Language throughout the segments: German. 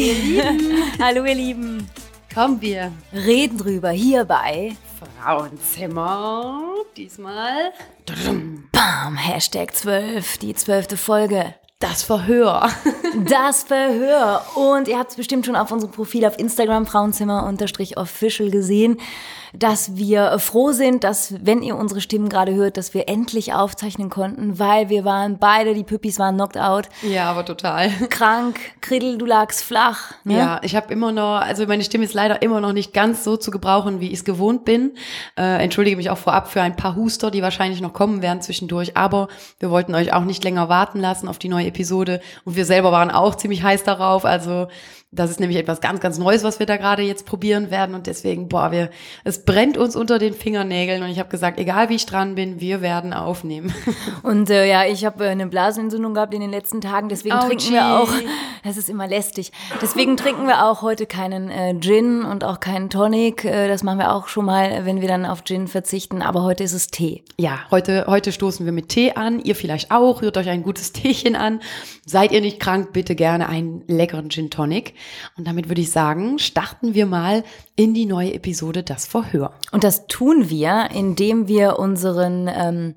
ihr Lieben. Hallo ihr Lieben. Kommen wir. Reden drüber hier bei Frauenzimmer. Diesmal. Bam, Hashtag 12, die 12. Folge. Das Verhör. Das Verhör. Und ihr habt es bestimmt schon auf unserem Profil auf Instagram, Frauenzimmer_official gesehen, dass wir froh sind, dass, wenn ihr unsere Stimmen gerade hört, dass wir endlich aufzeichnen konnten, weil wir waren beide, die Püppis waren knocked out. Ja, aber total. Krank, Kriddel, du lagst flach. Ne? Ja, ich habe immer noch, also meine Stimme ist leider immer noch nicht ganz so zu gebrauchen, wie ich es gewohnt bin. Entschuldige mich auch vorab für ein paar Huster, die wahrscheinlich noch kommen werden zwischendurch, aber wir wollten euch auch nicht länger warten lassen auf die neue Episode und wir selber waren auch ziemlich heiß darauf, also das ist nämlich etwas ganz, ganz Neues, was wir da gerade jetzt probieren werden und deswegen, es brennt uns unter den Fingernägeln und ich habe gesagt, egal wie ich dran bin, wir werden aufnehmen. Und ich habe eine Blasenentzündung gehabt in den letzten Tagen, deswegen trinken wir auch, das ist immer lästig, deswegen trinken wir auch heute keinen Gin und auch keinen Tonic, das machen wir auch schon mal, wenn wir dann auf Gin verzichten, aber heute ist es Tee. Ja, heute stoßen wir mit Tee an, ihr vielleicht auch, rührt euch ein gutes Teechen an, seid ihr nicht krank, bitte gerne einen leckeren Gin Tonic. Und damit würde ich sagen, starten wir mal in die neue Episode Das Verhör. Und das tun wir, indem wir unseren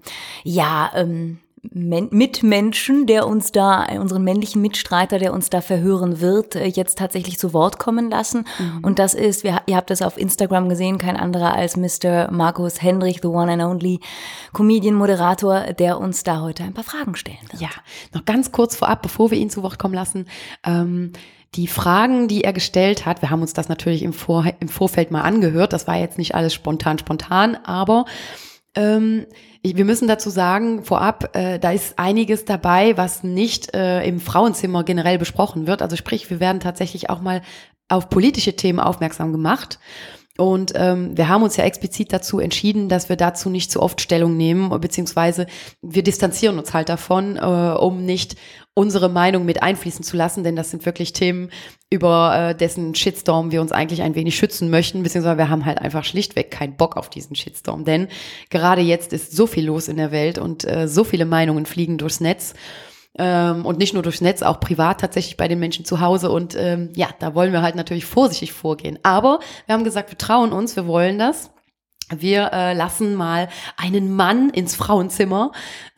Mitmenschen, der uns da, unseren männlichen Mitstreiter, der uns da verhören wird, jetzt tatsächlich zu Wort kommen lassen. Mhm. Und das ist, ihr habt das auf Instagram gesehen, kein anderer als Mr. Markus Hendrich, the one and only Comedian, Moderator, der uns da heute ein paar Fragen stellen wird. Ja, noch ganz kurz vorab, bevor wir ihn zu Wort kommen lassen, die Fragen, die er gestellt hat, wir haben uns das natürlich im Vorfeld mal angehört, das war jetzt nicht alles spontan, aber wir müssen dazu sagen, vorab, da ist einiges dabei, was nicht im Frauenzimmer generell besprochen wird. Also sprich, wir werden tatsächlich auch mal auf politische Themen aufmerksam gemacht. Und wir haben uns ja explizit dazu entschieden, dass wir dazu nicht zu oft Stellung nehmen, beziehungsweise wir distanzieren uns halt davon, um nicht unsere Meinung mit einfließen zu lassen, denn das sind wirklich Themen, über dessen Shitstorm wir uns eigentlich ein wenig schützen möchten, beziehungsweise wir haben halt einfach schlichtweg keinen Bock auf diesen Shitstorm, denn gerade jetzt ist so viel los in der Welt und so viele Meinungen fliegen durchs Netz. Und nicht nur durchs Netz, auch privat tatsächlich bei den Menschen zu Hause. Und da wollen wir halt natürlich vorsichtig vorgehen. Aber wir haben gesagt, wir trauen uns, wir wollen das. Wir lassen mal einen Mann ins Frauenzimmer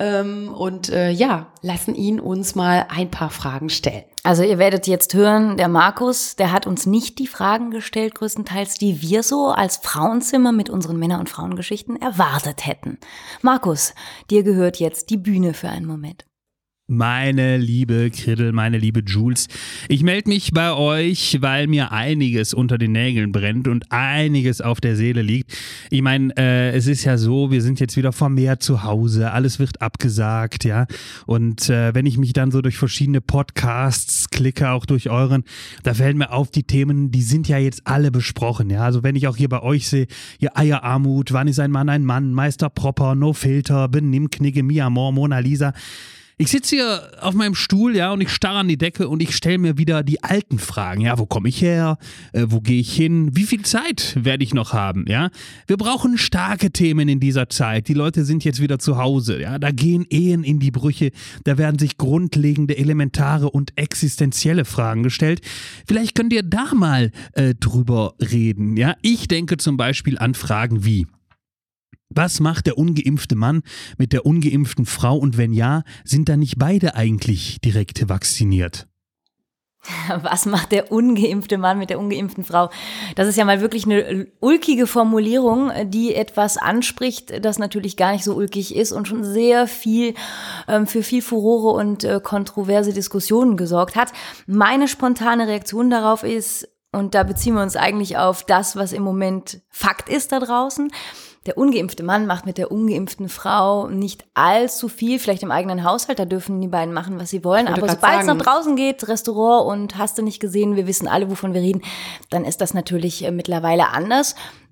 lassen ihn uns mal ein paar Fragen stellen. Also ihr werdet jetzt hören, der Markus, der hat uns nicht die Fragen gestellt, größtenteils, die wir so als Frauenzimmer mit unseren Männer- und Frauengeschichten erwartet hätten. Markus, dir gehört jetzt die Bühne für einen Moment. Meine liebe Kriddel, meine liebe Jules, ich melde mich bei euch, weil mir einiges unter den Nägeln brennt und einiges auf der Seele liegt. Ich meine, es ist ja so, wir sind jetzt wieder vermehrt zu Hause, alles wird abgesagt, ja. Und wenn ich mich dann so durch verschiedene Podcasts klicke, auch durch euren, da fällt mir auf, die Themen, die sind ja jetzt alle besprochen, ja. Also wenn ich auch hier bei euch sehe, hier Eierarmut, wann ist ein Mann, Meister Propper, No Filter, Benimm, Knigge, Mi Amor, Mona Lisa. Ich sitze hier auf meinem Stuhl, ja, und ich starre an die Decke und ich stelle mir wieder die alten Fragen, ja, wo komme ich her, wo gehe ich hin, wie viel Zeit werde ich noch haben, ja. Wir brauchen starke Themen in dieser Zeit, die Leute sind jetzt wieder zu Hause, ja, da gehen Ehen in die Brüche, da werden sich grundlegende, elementare und existenzielle Fragen gestellt. Vielleicht könnt ihr da mal drüber reden, ja. Ich denke zum Beispiel an Fragen wie: Was macht der ungeimpfte Mann mit der ungeimpften Frau und wenn ja, sind da nicht beide eigentlich direkt vacciniert? Was macht der ungeimpfte Mann mit der ungeimpften Frau? Das ist ja mal wirklich eine ulkige Formulierung, die etwas anspricht, das natürlich gar nicht so ulkig ist und schon sehr viel für viel Furore und kontroverse Diskussionen gesorgt hat. Meine spontane Reaktion darauf ist, und da beziehen wir uns eigentlich auf das, was im Moment Fakt ist da draußen: Der ungeimpfte Mann macht mit der ungeimpften Frau nicht allzu viel, vielleicht im eigenen Haushalt, da dürfen die beiden machen, was sie wollen. Aber sobald es nach draußen geht, Restaurant und hast du nicht gesehen, wir wissen alle, wovon wir reden, dann ist das natürlich mittlerweile anders.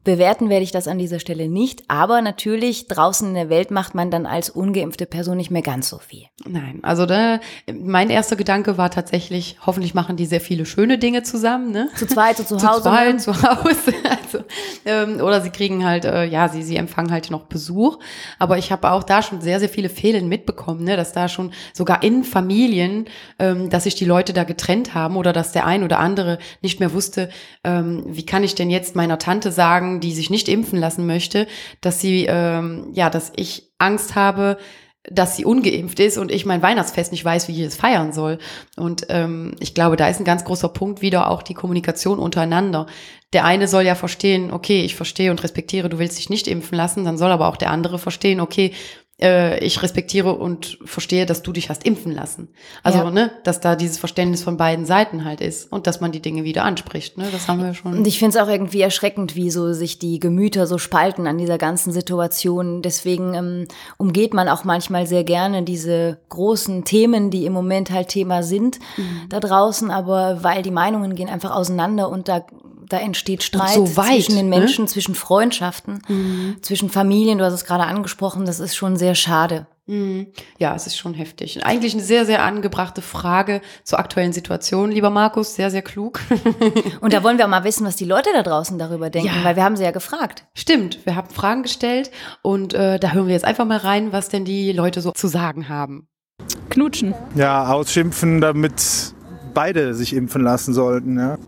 bewerten werde ich das an dieser Stelle nicht, aber natürlich draußen in der Welt macht man dann als ungeimpfte Person nicht mehr ganz so viel. Nein, also mein erster Gedanke war tatsächlich, hoffentlich machen die sehr viele schöne Dinge zusammen, ne? Zu zweit, zu Hause. Zu Hause. Also, oder sie kriegen halt, sie empfangen halt noch Besuch. Aber ich habe auch da schon sehr, sehr viele Fehlen mitbekommen, ne? Dass da schon sogar in Familien, dass sich die Leute da getrennt haben oder dass der ein oder andere nicht mehr wusste, wie kann ich denn jetzt meiner Tante sagen, die sich nicht impfen lassen möchte, dass dass ich Angst habe, dass sie ungeimpft ist und ich mein Weihnachtsfest nicht weiß, wie ich es feiern soll. Und ich glaube, da ist ein ganz großer Punkt wieder auch die Kommunikation untereinander. Der eine soll ja verstehen, okay, ich verstehe und respektiere, du willst dich nicht impfen lassen, dann soll aber auch der andere verstehen, okay, ich respektiere und verstehe, dass du dich hast impfen lassen. Also, ja. Ne, dass da dieses Verständnis von beiden Seiten halt ist und dass man die Dinge wieder anspricht, ne, das haben wir schon. Und ich finde es auch irgendwie erschreckend, wie so sich die Gemüter so spalten an dieser ganzen Situation. Deswegen umgeht man auch manchmal sehr gerne diese großen Themen, die im Moment halt Thema sind da draußen, aber weil die Meinungen gehen einfach auseinander und da entsteht Streit so weit, zwischen den Menschen, zwischen Freundschaften, zwischen Familien, du hast es gerade angesprochen, das ist schon sehr schade. Ja, es ist schon heftig. Eigentlich eine sehr, sehr angebrachte Frage zur aktuellen Situation, lieber Markus, sehr, sehr klug. Und da wollen wir auch mal wissen, was die Leute da draußen darüber denken, weil wir haben sie ja gefragt. Stimmt, wir haben Fragen gestellt und da hören wir jetzt einfach mal rein, was denn die Leute so zu sagen haben. Knutschen. Ja, ausschimpfen, damit beide sich impfen lassen sollten, ja.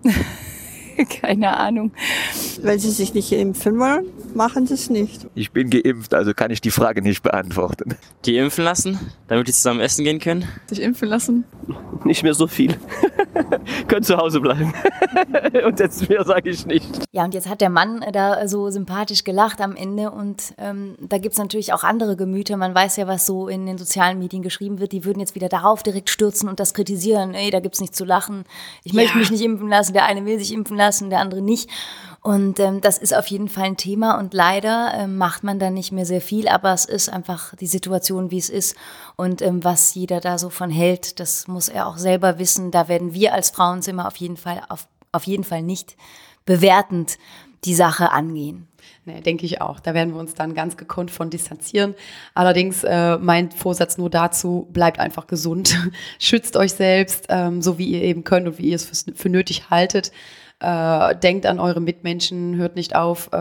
Keine Ahnung. Wenn sie sich nicht impfen wollen, machen sie es nicht. Ich bin geimpft, also kann ich die Frage nicht beantworten. Die impfen lassen, damit die zusammen essen gehen können. Sich impfen lassen? Nicht mehr so viel. Können zu Hause bleiben. Und jetzt mehr sage ich nicht. Ja, und jetzt hat der Mann da so sympathisch gelacht am Ende und da gibt's natürlich auch andere Gemüter. Man weiß ja, was so in den sozialen Medien geschrieben wird. Die würden jetzt wieder darauf direkt stürzen und das kritisieren. Ey, da gibt's nichts zu lachen. Ich möchte mich nicht impfen lassen. Der eine will sich impfen lassen, der andere nicht. Und das ist auf jeden Fall ein Thema und leider macht man da nicht mehr sehr viel, aber es ist einfach die Situation, wie es ist und was jeder da so von hält, das muss er auch selber wissen. Da werden wir als Frauenzimmer auf jeden Fall nicht bewertend die Sache angehen. Nee, denke ich auch. Da werden wir uns dann ganz gekonnt von distanzieren. Allerdings mein Vorsatz nur dazu, bleibt einfach gesund. Schützt euch selbst, so wie ihr eben könnt und wie ihr es für nötig haltet. Denkt an eure Mitmenschen, hört nicht auf,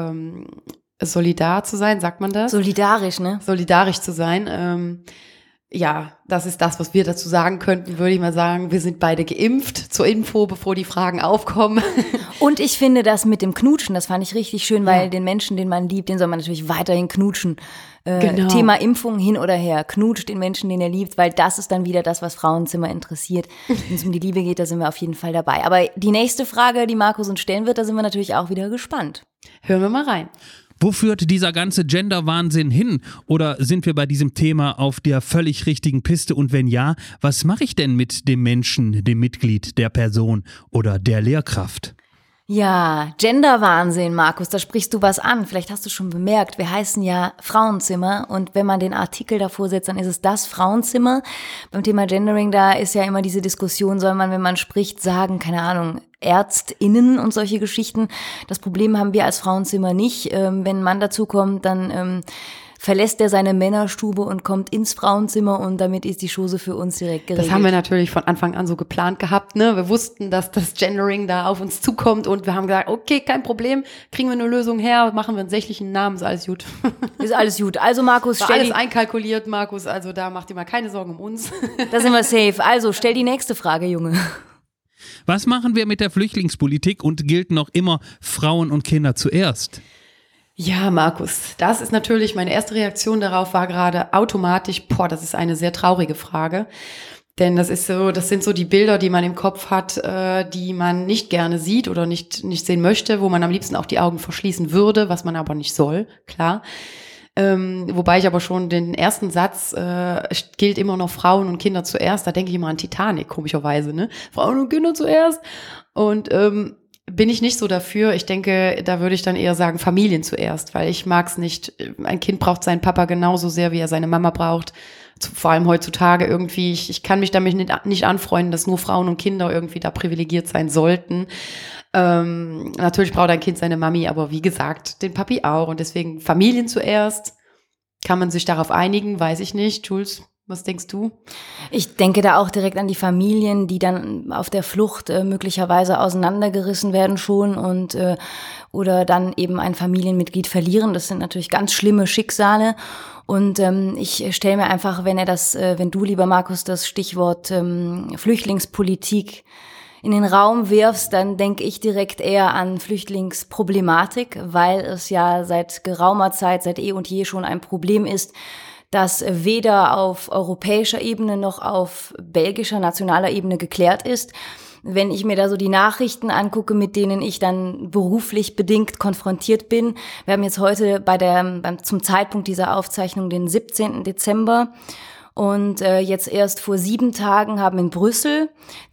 solidar zu sein, sagt man das? Solidarisch, ne? Solidarisch zu sein. Ja, das ist das, was wir dazu sagen könnten, würde ich mal sagen. Wir sind beide geimpft, zur Info, bevor die Fragen aufkommen. Und ich finde das mit dem Knutschen, das fand ich richtig schön, weil den Menschen, den man liebt, den soll man natürlich weiterhin knutschen. Genau. Thema Impfung hin oder her, knutscht den Menschen, den er liebt, weil das ist dann wieder das, was Frauenzimmer interessiert. Wenn es um die Liebe geht, da sind wir auf jeden Fall dabei. Aber die nächste Frage, die Markus uns stellen wird, da sind wir natürlich auch wieder gespannt. Hören wir mal rein. Wo führt dieser ganze Gender-Wahnsinn hin? Oder sind wir bei diesem Thema auf der völlig richtigen Piste? Und wenn ja, was mache ich denn mit dem Menschen, dem Mitglied, der Person oder der Lehrkraft? Ja, Gender-Wahnsinn, Markus, da sprichst du was an. Vielleicht hast du schon bemerkt, wir heißen ja Frauenzimmer und wenn man den Artikel davor setzt, dann ist es das Frauenzimmer. Beim Thema Gendering, da ist ja immer diese Diskussion, soll man, wenn man spricht, sagen, keine Ahnung, ÄrztInnen und solche Geschichten. Das Problem haben wir als Frauenzimmer nicht. Wenn ein Mann dazukommt, dann verlässt er seine Männerstube und kommt ins Frauenzimmer und damit ist die Chose für uns direkt geregelt. Das haben wir natürlich von Anfang an so geplant gehabt, ne? Wir wussten, dass das Gendering da auf uns zukommt und wir haben gesagt, okay, kein Problem, kriegen wir eine Lösung her, machen wir einen sächlichen Namen, ist alles gut. Ist alles gut. Also Markus, War alles einkalkuliert, Markus, also da macht ihr mal keine Sorgen um uns. Da sind wir safe. Also stell die nächste Frage, Junge. Was machen wir mit der Flüchtlingspolitik und gilt noch immer Frauen und Kinder zuerst? Ja, Markus, das ist natürlich, meine erste Reaktion darauf war gerade automatisch, das ist eine sehr traurige Frage. Denn das sind so die Bilder, die man im Kopf hat, die man nicht gerne sieht oder nicht sehen möchte, wo man am liebsten auch die Augen verschließen würde, was man aber nicht soll, klar. Wobei ich aber schon den ersten Satz, gilt immer noch Frauen und Kinder zuerst, da denke ich immer an Titanic, komischerweise, ne? Frauen und Kinder zuerst. Und bin ich nicht so dafür. Ich denke, da würde ich dann eher sagen, Familien zuerst, weil ich mag es nicht. Ein Kind braucht seinen Papa genauso sehr, wie er seine Mama braucht. Vor allem heutzutage irgendwie. Ich kann mich damit nicht anfreunden, dass nur Frauen und Kinder irgendwie da privilegiert sein sollten. Natürlich braucht ein Kind seine Mami, aber wie gesagt, den Papi auch. Und deswegen Familien zuerst. Kann man sich darauf einigen? Weiß ich nicht. Jules, was denkst du? Ich denke da auch direkt an die Familien, die dann auf der Flucht möglicherweise auseinandergerissen werden schon und oder dann eben ein Familienmitglied verlieren. Das sind natürlich ganz schlimme Schicksale. Und ich stelle mir einfach, wenn du, lieber Markus, das Stichwort Flüchtlingspolitik in den Raum wirfst, dann denke ich direkt eher an Flüchtlingsproblematik, weil es ja seit geraumer Zeit, seit eh und je schon ein Problem ist, das weder auf europäischer Ebene noch auf belgischer nationaler Ebene geklärt ist. Wenn ich mir da so die Nachrichten angucke, mit denen ich dann beruflich bedingt konfrontiert bin, wir haben jetzt heute zum Zeitpunkt dieser Aufzeichnung den 17. Dezember und jetzt erst vor 7 Tagen haben in Brüssel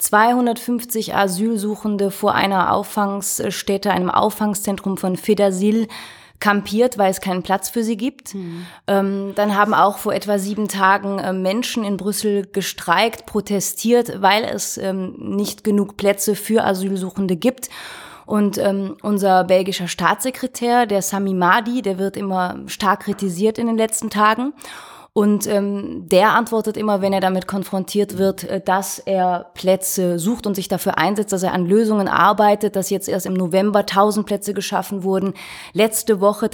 250 Asylsuchende vor einer Auffangsstätte, einem Auffangszentrum von Fedasil kampiert, weil es keinen Platz für sie gibt. Dann haben auch vor etwa 7 Tagen Menschen in Brüssel gestreikt, protestiert, weil es nicht genug Plätze für Asylsuchende gibt. Und unser belgischer Staatssekretär, der Sami Madi, der wird immer stark kritisiert in den letzten Tagen. Und der antwortet immer, wenn er damit konfrontiert wird, dass er Plätze sucht und sich dafür einsetzt, dass er an Lösungen arbeitet, dass jetzt erst im November 1000 Plätze geschaffen wurden. Letzte Woche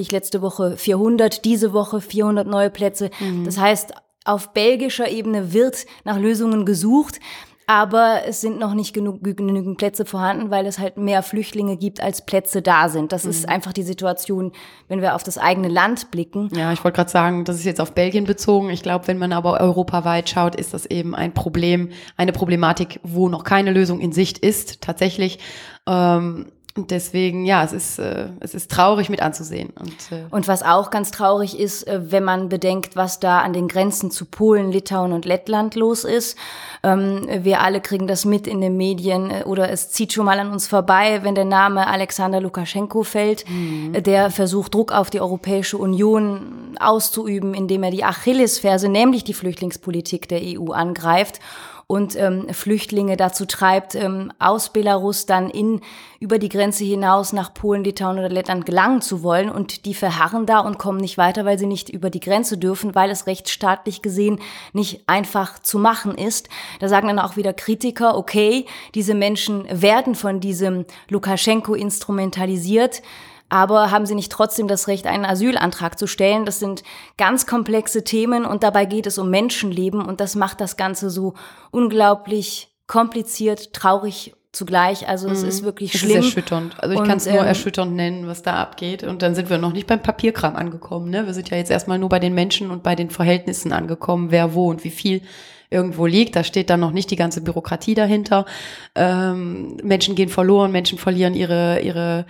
400, diese Woche 400 neue Plätze. Das heißt, auf belgischer Ebene wird nach Lösungen gesucht. Aber es sind noch nicht genügend Plätze vorhanden, weil es halt mehr Flüchtlinge gibt, als Plätze da sind. Das ist einfach die Situation, wenn wir auf das eigene Land blicken. Ja, ich wollte gerade sagen, das ist jetzt auf Belgien bezogen. Ich glaube, wenn man aber europaweit schaut, ist das eben ein Problem, eine Problematik, wo noch keine Lösung in Sicht ist, tatsächlich. Und deswegen, ja, es ist traurig mit anzusehen. Und was auch ganz traurig ist, wenn man bedenkt, was da an den Grenzen zu Polen, Litauen und Lettland los ist. Wir alle kriegen das mit in den Medien oder es zieht schon mal an uns vorbei, wenn der Name Alexander Lukaschenko fällt. Der versucht, Druck auf die Europäische Union auszuüben, indem er die Achillesferse, nämlich die Flüchtlingspolitik der EU angreift. Und Flüchtlinge dazu treibt, aus Belarus dann über die Grenze hinaus nach Polen, Litauen oder Lettland gelangen zu wollen. Und die verharren da und kommen nicht weiter, weil sie nicht über die Grenze dürfen, weil es rechtsstaatlich gesehen nicht einfach zu machen ist. Da sagen dann auch wieder Kritiker, okay, diese Menschen werden von diesem Lukaschenko instrumentalisiert, aber haben sie nicht trotzdem das Recht, einen Asylantrag zu stellen? Das sind ganz komplexe Themen und dabei geht es um Menschenleben und das macht das Ganze so unglaublich kompliziert, traurig zugleich. Also es ist wirklich schlimm. Es ist erschütternd. Also ich kann es nur erschütternd nennen, was da abgeht. Und dann sind wir noch nicht beim Papierkram angekommen. Ne? Wir sind ja jetzt erstmal nur bei den Menschen und bei den Verhältnissen angekommen, wer wo und wie viel irgendwo liegt. Da steht dann noch nicht die ganze Bürokratie dahinter. Menschen gehen verloren, Menschen verlieren ihre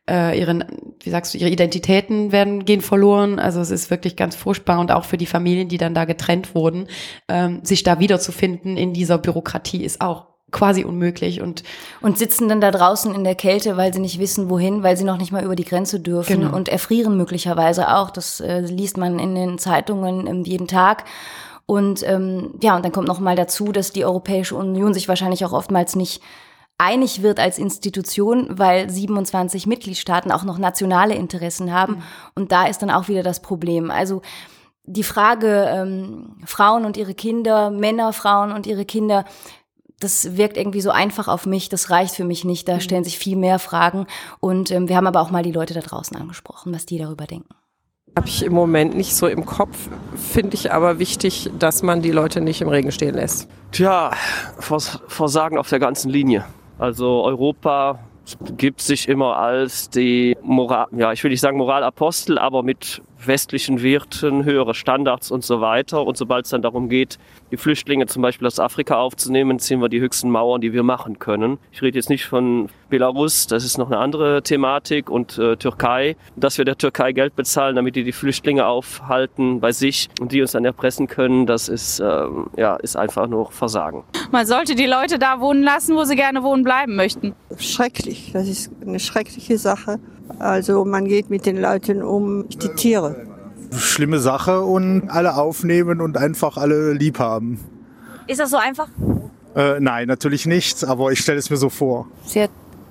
Identitäten gehen verloren. Also es ist wirklich ganz furchtbar und auch für die Familien, die dann da getrennt wurden, sich da wiederzufinden in dieser Bürokratie ist auch quasi unmöglich und sitzen dann da draußen in der Kälte, weil sie nicht wissen, wohin, weil sie noch nicht mal über die Grenze dürfen und erfrieren möglicherweise auch. Das liest man in den Zeitungen jeden Tag. Und und dann kommt noch mal dazu, dass die Europäische Union sich wahrscheinlich auch oftmals nicht einig wird als Institution, weil 27 Mitgliedstaaten auch noch nationale Interessen haben. Und da ist dann auch wieder das Problem. Also die Frage Frauen und ihre Kinder, Männer, Frauen und ihre Kinder, das wirkt irgendwie so einfach auf mich, das reicht für mich nicht, da stellen sich viel mehr Fragen. Und wir haben aber auch mal die Leute da draußen angesprochen, was die darüber denken. Habe ich im Moment nicht so im Kopf, finde ich aber wichtig, dass man die Leute nicht im Regen stehen lässt. Tja, Versagen auf der ganzen Linie. Also Europa gibt sich immer als die ich will nicht sagen Moralapostel, aber mit westlichen Werten, höhere Standards und so weiter. Und sobald es dann darum geht, die Flüchtlinge zum Beispiel aus Afrika aufzunehmen, ziehen wir die höchsten Mauern, die wir machen können. Ich rede jetzt nicht von Belarus, das ist noch eine andere Thematik, und Türkei, dass wir der Türkei Geld bezahlen, damit die Flüchtlinge aufhalten bei sich und die uns dann erpressen können, das ist einfach nur Versagen. Man sollte die Leute da wohnen lassen, wo sie gerne wohnen bleiben möchten. Schrecklich, das ist eine schreckliche Sache. Also man geht mit den Leuten um die Tiere. Schlimme Sache und alle aufnehmen und einfach alle lieb haben. Ist das so einfach? Nein, natürlich nicht, aber ich stelle es mir so vor. Sehr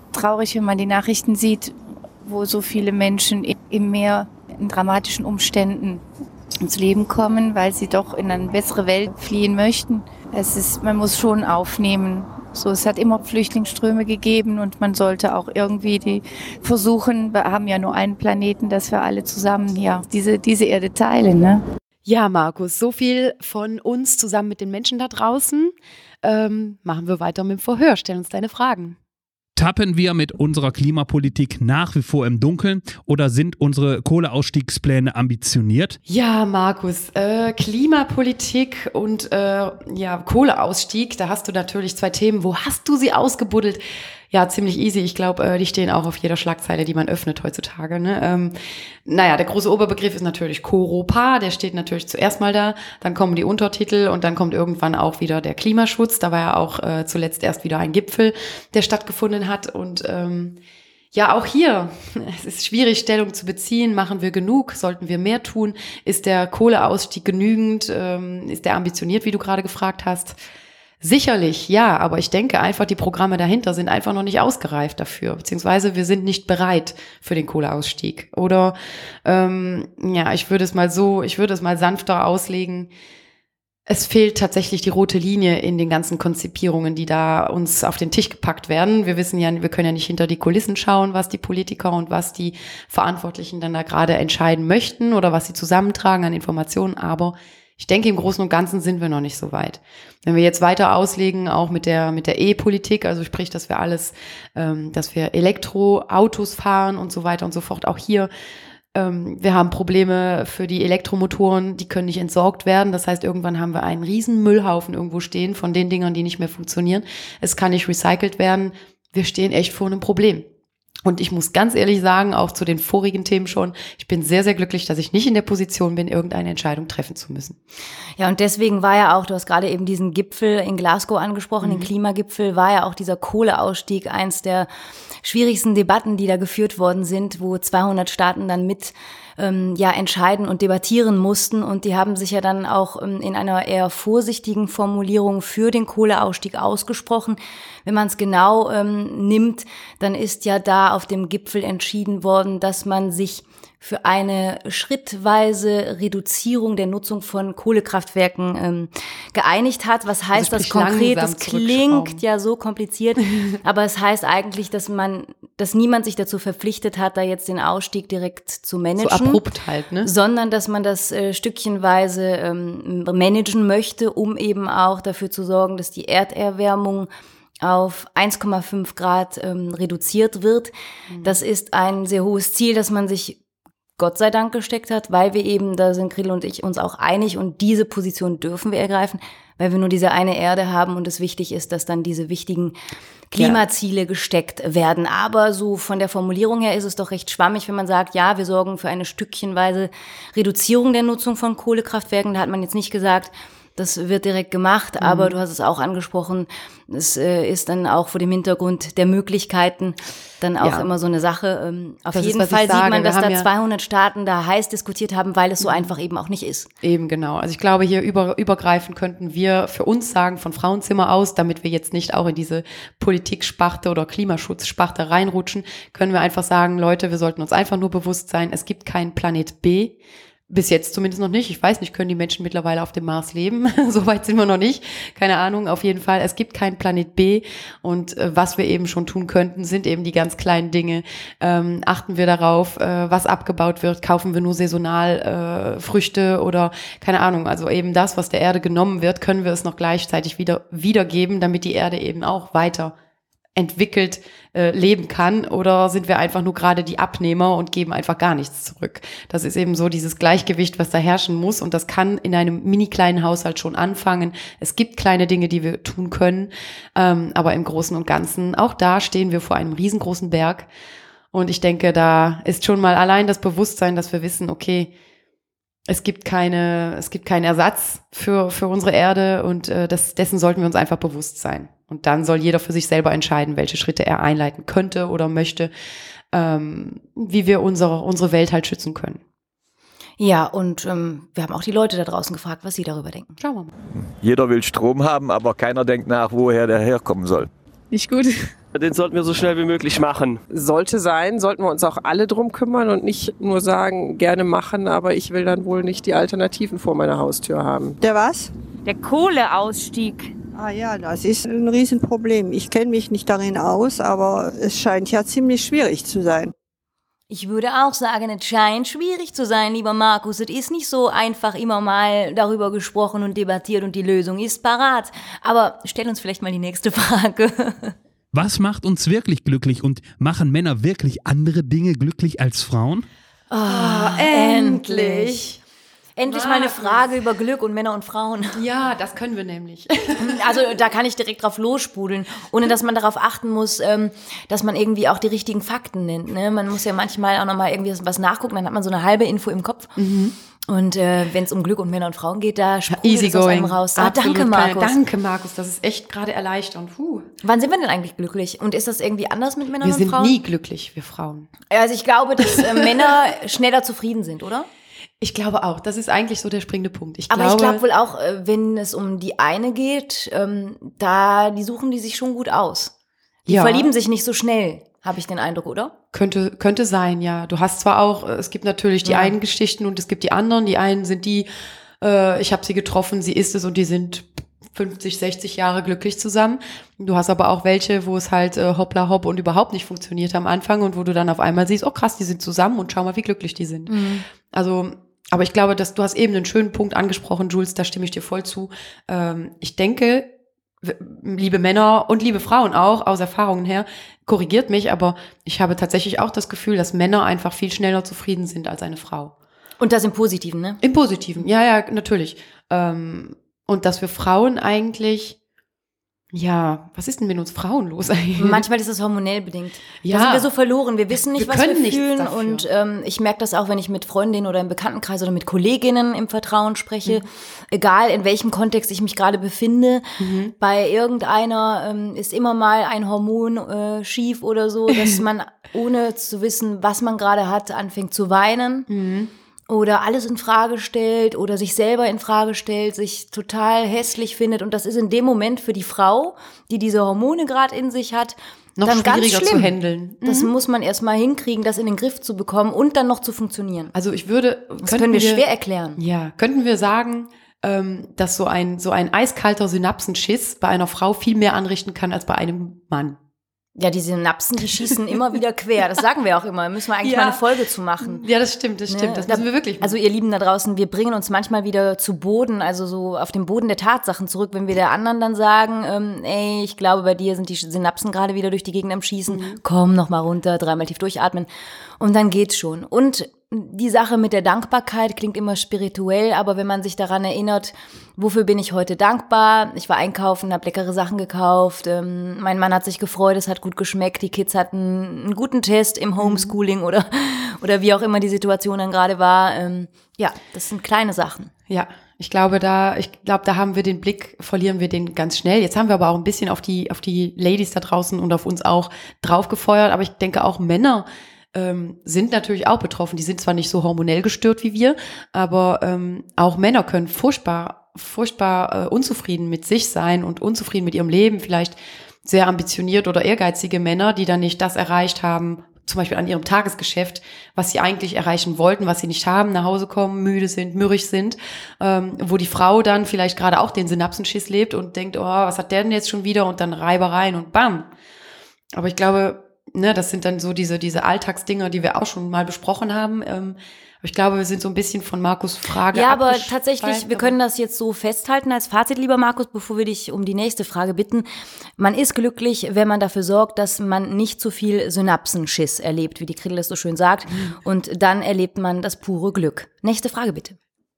traurig, wenn man die Nachrichten sieht, wo so viele Menschen im Meer in dramatischen Umständen ins Leben kommen, weil sie doch in eine bessere Welt fliehen möchten. Man muss schon aufnehmen. So, es hat immer Flüchtlingsströme gegeben und man sollte auch irgendwie versuchen, wir haben ja nur einen Planeten, dass wir alle zusammen diese Erde teilen, ne? Ja, Markus, so viel von uns zusammen mit den Menschen da draußen. Machen wir weiter mit dem Verhör. Stell uns deine Fragen. Tappen wir mit unserer Klimapolitik nach wie vor im Dunkeln oder sind unsere Kohleausstiegspläne ambitioniert? Ja, Markus, Klimapolitik und Kohleausstieg, da hast du natürlich 2 Themen. Wo hast du sie ausgebuddelt? Ja, ziemlich easy. Ich glaube, die stehen auch auf jeder Schlagzeile, die man öffnet heutzutage. Ne? Der große Oberbegriff ist natürlich Koropa. Der steht natürlich zuerst mal da. Dann kommen die Untertitel und dann kommt irgendwann auch wieder der Klimaschutz. Da war ja auch zuletzt erst wieder ein Gipfel, der stattgefunden hat. Und auch hier, es ist schwierig, Stellung zu beziehen. Machen wir genug? Sollten wir mehr tun? Ist der Kohleausstieg genügend? Ist der ambitioniert, wie du gerade gefragt hast? Sicherlich, ja, aber ich denke einfach, die Programme dahinter sind einfach noch nicht ausgereift dafür, beziehungsweise wir sind nicht bereit für den Kohleausstieg. Oder ich würde es mal sanfter auslegen. Es fehlt tatsächlich die rote Linie in den ganzen Konzipierungen, die da uns auf den Tisch gepackt werden. Wir wissen ja, wir können ja nicht hinter die Kulissen schauen, was die Politiker und was die Verantwortlichen dann da gerade entscheiden möchten oder was sie zusammentragen an Informationen, aber ich denke, im Großen und Ganzen sind wir noch nicht so weit. Wenn wir jetzt weiter auslegen, auch mit der E-Politik, also sprich, dass wir Elektroautos fahren und so weiter und so fort, auch hier, wir haben Probleme für die Elektromotoren, die können nicht entsorgt werden. Das heißt, irgendwann haben wir einen riesen Müllhaufen irgendwo stehen von den Dingern, die nicht mehr funktionieren. Es kann nicht recycelt werden. Wir stehen echt vor einem Problem. Und ich muss ganz ehrlich sagen, auch zu den vorigen Themen schon, ich bin sehr, sehr glücklich, dass ich nicht in der Position bin, irgendeine Entscheidung treffen zu müssen. Ja, und deswegen war ja auch, du hast gerade eben diesen Gipfel in Glasgow angesprochen, den Klimagipfel, war ja auch dieser Kohleausstieg eins der schwierigsten Debatten, die da geführt worden sind, wo 200 Staaten dann mit entscheiden und debattieren mussten. Und die haben sich ja dann auch in einer eher vorsichtigen Formulierung für den Kohleausstieg ausgesprochen. Wenn man es genau nimmt, dann ist ja da auf dem Gipfel entschieden worden, dass man sich für eine schrittweise Reduzierung der Nutzung von Kohlekraftwerken geeinigt hat. Was heißt das konkret? Das klingt ja so kompliziert, aber es heißt eigentlich, dass niemand sich dazu verpflichtet hat, da jetzt den Ausstieg direkt zu managen. So abrupt halt, ne? Sondern, dass man das stückchenweise managen möchte, um eben auch dafür zu sorgen, dass die Erderwärmung auf 1,5 Grad reduziert wird. Das ist ein sehr hohes Ziel, das man sich Gott sei Dank gesteckt hat, weil wir eben, da sind Gretel und ich uns auch einig und diese Position dürfen wir ergreifen, weil wir nur diese eine Erde haben und es wichtig ist, dass dann diese wichtigen Klimaziele gesteckt werden. Aber so von der Formulierung her ist es doch recht schwammig, wenn man sagt, ja, wir sorgen für eine stückchenweise Reduzierung der Nutzung von Kohlekraftwerken. Da hat man jetzt nicht gesagt, das wird direkt gemacht, aber du hast es auch angesprochen, es ist dann auch vor dem Hintergrund der Möglichkeiten dann auch immer so eine Sache. Auf jeden Fall sieht man, dass da 200 Staaten da heiß diskutiert haben, weil es so einfach eben auch nicht ist. Eben, genau. Also ich glaube, hier übergreifend könnten wir für uns sagen, von Frauenzimmer aus, damit wir jetzt nicht auch in diese Politiksparte oder Klimaschutzsparte reinrutschen, können wir einfach sagen, Leute, wir sollten uns einfach nur bewusst sein, es gibt keinen Planet B. Bis jetzt zumindest noch nicht. Ich weiß nicht, können die Menschen mittlerweile auf dem Mars leben? So weit sind wir noch nicht. Keine Ahnung. Auf jeden Fall, es gibt keinen Planet B. Und was wir eben schon tun könnten, sind eben die ganz kleinen Dinge. Achten wir darauf, was abgebaut wird. Kaufen wir nur saisonal Früchte oder keine Ahnung. Also eben das, was der Erde genommen wird, können wir es noch gleichzeitig wiedergeben, damit die Erde eben auch weiter entwickelt leben kann, oder sind wir einfach nur gerade die Abnehmer und geben einfach gar nichts zurück? Das ist eben so dieses Gleichgewicht, was da herrschen muss, und das kann in einem mini kleinen Haushalt schon anfangen. Es gibt kleine Dinge, die wir tun können, aber im Großen und Ganzen, auch da stehen wir vor einem riesengroßen Berg, und ich denke, da ist schon mal allein das Bewusstsein, dass wir wissen, okay, es gibt keinen Ersatz für unsere Erde, und dessen sollten wir uns einfach bewusst sein. Und dann soll jeder für sich selber entscheiden, welche Schritte er einleiten könnte oder möchte, wie wir unsere Welt halt schützen können. Ja, und wir haben auch die Leute da draußen gefragt, was sie darüber denken. Schauen wir mal. Jeder will Strom haben, aber keiner denkt nach, woher der herkommen soll. Nicht gut. Den sollten wir so schnell wie möglich machen. Sollte sein, sollten wir uns auch alle drum kümmern und nicht nur sagen, gerne machen, aber ich will dann wohl nicht die Alternativen vor meiner Haustür haben. Der was? Der Kohleausstieg. Ah ja, das ist ein Riesenproblem. Ich kenne mich nicht darin aus, aber es scheint ja ziemlich schwierig zu sein. Ich würde auch sagen, es scheint schwierig zu sein, lieber Markus. Es ist nicht so einfach immer mal darüber gesprochen und debattiert und die Lösung ist parat. Aber stell uns vielleicht mal die nächste Frage. Was macht uns wirklich glücklich und machen Männer wirklich andere Dinge glücklich als Frauen? Endlich. Endlich mal eine Frage über Glück und Männer und Frauen. Ja, das können wir nämlich. Also da kann ich direkt drauf lossprudeln, ohne dass man darauf achten muss, dass man irgendwie auch die richtigen Fakten nennt. Ne? Man muss ja manchmal auch nochmal irgendwie was nachgucken, dann hat man so eine halbe Info im Kopf. Mhm. Und wenn es um Glück und Männer und Frauen geht, da sprudelt es aus einem raus. Danke, Markus. Danke, Markus. Das ist echt gerade erleichternd. Wann sind wir denn eigentlich glücklich? Und ist das irgendwie anders mit Männern und Frauen? Wir sind nie glücklich, wir Frauen. Also ich glaube, dass Männer schneller zufrieden sind, oder? Ich glaube auch. Das ist eigentlich so der springende Punkt. Ich glaube wohl auch, wenn es um die eine geht, die suchen die sich schon gut aus. Die verlieben sich nicht so schnell, habe ich den Eindruck, oder? Könnte sein, ja. Du hast zwar auch, es gibt natürlich die einen Geschichten und es gibt die anderen. Die einen sind ich habe sie getroffen, sie ist es und die sind 50, 60 Jahre glücklich zusammen. Du hast aber auch welche, wo es halt hoppla hopp und überhaupt nicht funktioniert am Anfang und wo du dann auf einmal siehst, oh krass, die sind zusammen und schau mal, wie glücklich die sind. Mhm. Also, aber ich glaube, dass du hast eben einen schönen Punkt angesprochen, Jules, da stimme ich dir voll zu. Ich denke, liebe Männer und liebe Frauen auch, aus Erfahrungen her, korrigiert mich, aber ich habe tatsächlich auch das Gefühl, dass Männer einfach viel schneller zufrieden sind als eine Frau. Und das im Positiven, ne? Im Positiven, ja, natürlich. Und dass wir Frauen eigentlich, was ist denn mit uns Frauen los eigentlich? Manchmal ist es hormonell bedingt. Ja. Da sind wir so verloren, wir wissen nicht, was wir fühlen. Und ich merke das auch, wenn ich mit Freundinnen oder im Bekanntenkreis oder mit Kolleginnen im Vertrauen spreche. Egal, in welchem Kontext ich mich gerade befinde. Bei irgendeiner ist immer mal ein Hormon schief oder so, dass man, ohne zu wissen, was man gerade hat, anfängt zu weinen. Oder alles in Frage stellt oder sich selber in Frage stellt, sich total hässlich findet. Und das ist in dem Moment für die Frau, die diese Hormone gerade in sich hat, noch dann schwieriger ganz schlimm zu handeln. Das muss man erstmal hinkriegen, das in den Griff zu bekommen und dann noch zu funktionieren. Also das können wir schwer erklären. Ja, könnten wir sagen, dass so ein eiskalter Synapsenschiss bei einer Frau viel mehr anrichten kann als bei einem Mann. Ja, die Synapsen, die schießen immer wieder quer. Das sagen wir auch immer. Da müssen wir eigentlich mal eine Folge zu machen. Ja, das stimmt. Das müssen wir wirklich machen. Also ihr Lieben da draußen, wir bringen uns manchmal wieder zu Boden, also so auf den Boden der Tatsachen zurück, wenn wir der anderen dann sagen, ich glaube, bei dir sind die Synapsen gerade wieder durch die Gegend am Schießen. Komm, noch mal runter, 3-mal tief durchatmen. Und dann geht's schon. Und die Sache mit der Dankbarkeit klingt immer spirituell, aber wenn man sich daran erinnert, wofür bin ich heute dankbar? Ich war einkaufen, habe leckere Sachen gekauft, mein Mann hat sich gefreut, es hat gut geschmeckt, die Kids hatten einen guten Test im Homeschooling oder wie auch immer die Situation dann gerade war. Das sind kleine Sachen. Ja, ich glaube, da haben wir den Blick, verlieren wir den ganz schnell. Jetzt haben wir aber auch ein bisschen auf die Ladies da draußen und auf uns auch draufgefeuert, aber ich denke auch Männer sind natürlich auch betroffen. Die sind zwar nicht so hormonell gestört wie wir, aber auch Männer können furchtbar unzufrieden mit sich sein und unzufrieden mit ihrem Leben. Vielleicht sehr ambitioniert oder ehrgeizige Männer, die dann nicht das erreicht haben, zum Beispiel an ihrem Tagesgeschäft, was sie eigentlich erreichen wollten, was sie nicht haben, nach Hause kommen, müde sind, mürrisch sind, wo die Frau dann vielleicht gerade auch den Synapsenschiss lebt und denkt, oh, was hat der denn jetzt schon wieder? Und dann Reibereien und bam. Aber ich glaube, das sind dann so diese Alltagsdinger, die wir auch schon mal besprochen haben. Aber ich glaube, wir sind so ein bisschen von Markus' Frage aber tatsächlich, wir können das jetzt so festhalten als Fazit, lieber Markus, bevor wir dich um die nächste Frage bitten. Man ist glücklich, wenn man dafür sorgt, dass man nicht zu viel Synapsenschiss erlebt, wie die Kriddel es so schön sagt. Und dann erlebt man das pure Glück. Nächste Frage bitte.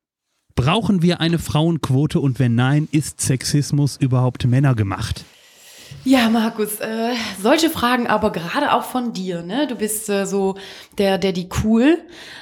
Brauchen wir eine Frauenquote und wenn nein, ist Sexismus überhaupt männergemacht? Ja, Markus, solche Fragen aber gerade auch von dir, ne? Du bist so der Daddy cool,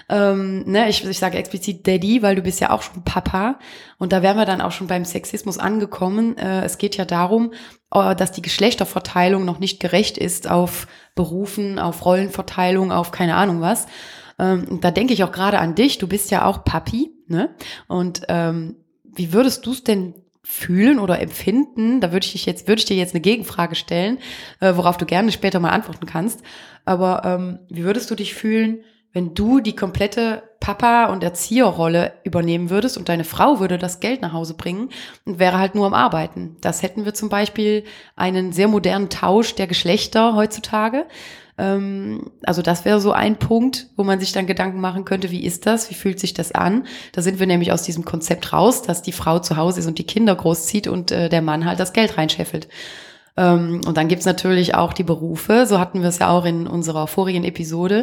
ich sage explizit Daddy, weil du bist ja auch schon Papa und da wären wir dann auch schon beim Sexismus angekommen. Es geht ja darum, dass die Geschlechterverteilung noch nicht gerecht ist auf Berufen, auf Rollenverteilung, auf keine Ahnung was. Und da denke ich auch gerade an dich, du bist ja auch Papi, ne? Und wie würdest du es denn fühlen oder empfinden? Da würde ich dir jetzt eine Gegenfrage stellen, worauf du gerne später mal antworten kannst. Aber wie würdest du dich fühlen, wenn du die komplette Papa- und Erzieherrolle übernehmen würdest und deine Frau würde das Geld nach Hause bringen und wäre halt nur am Arbeiten? Das hätten wir zum Beispiel einen sehr modernen Tausch der Geschlechter heutzutage. Also das wäre so ein Punkt, wo man sich dann Gedanken machen könnte, wie ist das, wie fühlt sich das an? Da sind wir nämlich aus diesem Konzept raus, dass die Frau zu Hause ist und die Kinder großzieht und der Mann halt das Geld reinscheffelt. Und dann gibt's natürlich auch die Berufe, so hatten wir es ja auch in unserer vorigen Episode,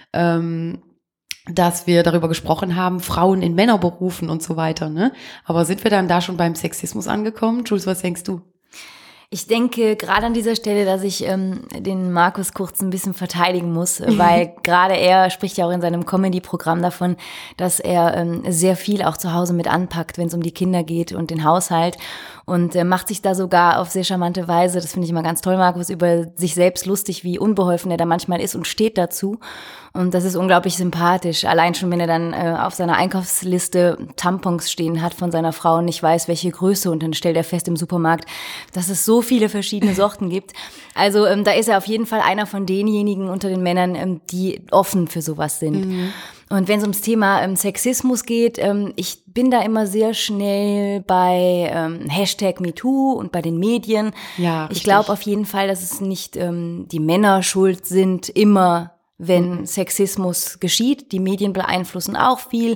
dass wir darüber gesprochen haben, Frauen in Männerberufen und so weiter, ne? Aber sind wir dann da schon beim Sexismus angekommen? Jules, was denkst du? Ich denke gerade an dieser Stelle, dass ich den Markus Kurz ein bisschen verteidigen muss, weil gerade er spricht ja auch in seinem Comedy-Programm davon, dass er sehr viel auch zu Hause mit anpackt, wenn es um die Kinder geht und den Haushalt und macht sich da sogar auf sehr charmante Weise, das finde ich immer ganz toll, Markus, über sich selbst lustig, wie unbeholfen er da manchmal ist und steht dazu. Und das ist unglaublich sympathisch. Allein schon, wenn er dann auf seiner Einkaufsliste Tampons stehen hat von seiner Frau und nicht weiß, welche Größe. Und dann stellt er fest im Supermarkt, dass es so viele verschiedene Sorten gibt. Also da ist er auf jeden Fall einer von denjenigen unter den Männern, die offen für sowas sind. Mhm. Und wenn es ums Thema Sexismus geht, ich bin da immer sehr schnell bei Hashtag MeToo und bei den Medien. Ja, ich glaube auf jeden Fall, dass es nicht die Männer schuld sind, immer wenn Sexismus geschieht. Die Medien beeinflussen auch viel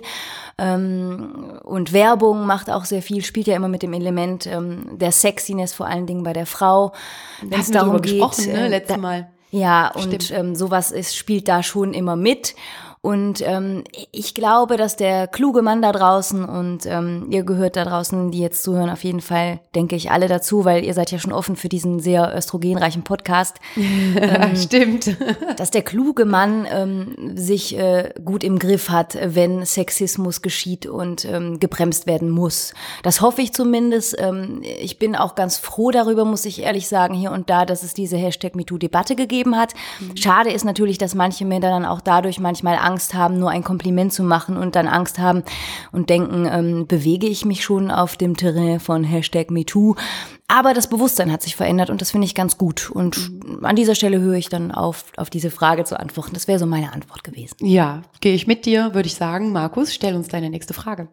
und Werbung macht auch sehr viel, spielt ja immer mit dem Element der Sexiness, vor allen Dingen bei der Frau. Wenn es darum geht, gesprochen, ne, letztes Mal. Ja, und sowas spielt da schon immer mit. Und ich glaube, dass der kluge Mann da draußen und ihr gehört da draußen, die jetzt zuhören, auf jeden Fall, denke ich, alle dazu, weil ihr seid ja schon offen für diesen sehr östrogenreichen Podcast. Stimmt. Dass der kluge Mann sich gut im Griff hat, wenn Sexismus geschieht und gebremst werden muss. Das hoffe ich zumindest. Ich bin auch ganz froh darüber, muss ich ehrlich sagen, hier und da, dass es diese Hashtag MeToo-Debatte gegeben hat. Schade ist natürlich, dass manche Männer dann auch dadurch manchmal Angst haben, nur ein Kompliment zu machen und dann Angst haben und denken, bewege ich mich schon auf dem Terrain von Hashtag MeToo. Aber das Bewusstsein hat sich verändert und das finde ich ganz gut. Und an dieser Stelle höre ich dann auf diese Frage zu antworten. Das wäre so meine Antwort gewesen. Ja, gehe ich mit dir, würde ich sagen. Markus, stell uns deine nächste Frage.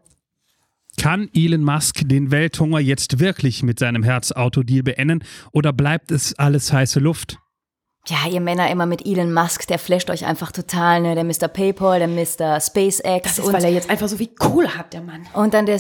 Kann Elon Musk den Welthunger jetzt wirklich mit seinem Herz-Auto-Deal beenden oder bleibt es alles heiße Luft? Ja, ihr Männer immer mit Elon Musk, der flasht euch einfach total, ne? Der Mr. PayPal, der Mr. SpaceX. Das ist, weil er jetzt einfach so viel Kohle hat, der Mann. Und dann der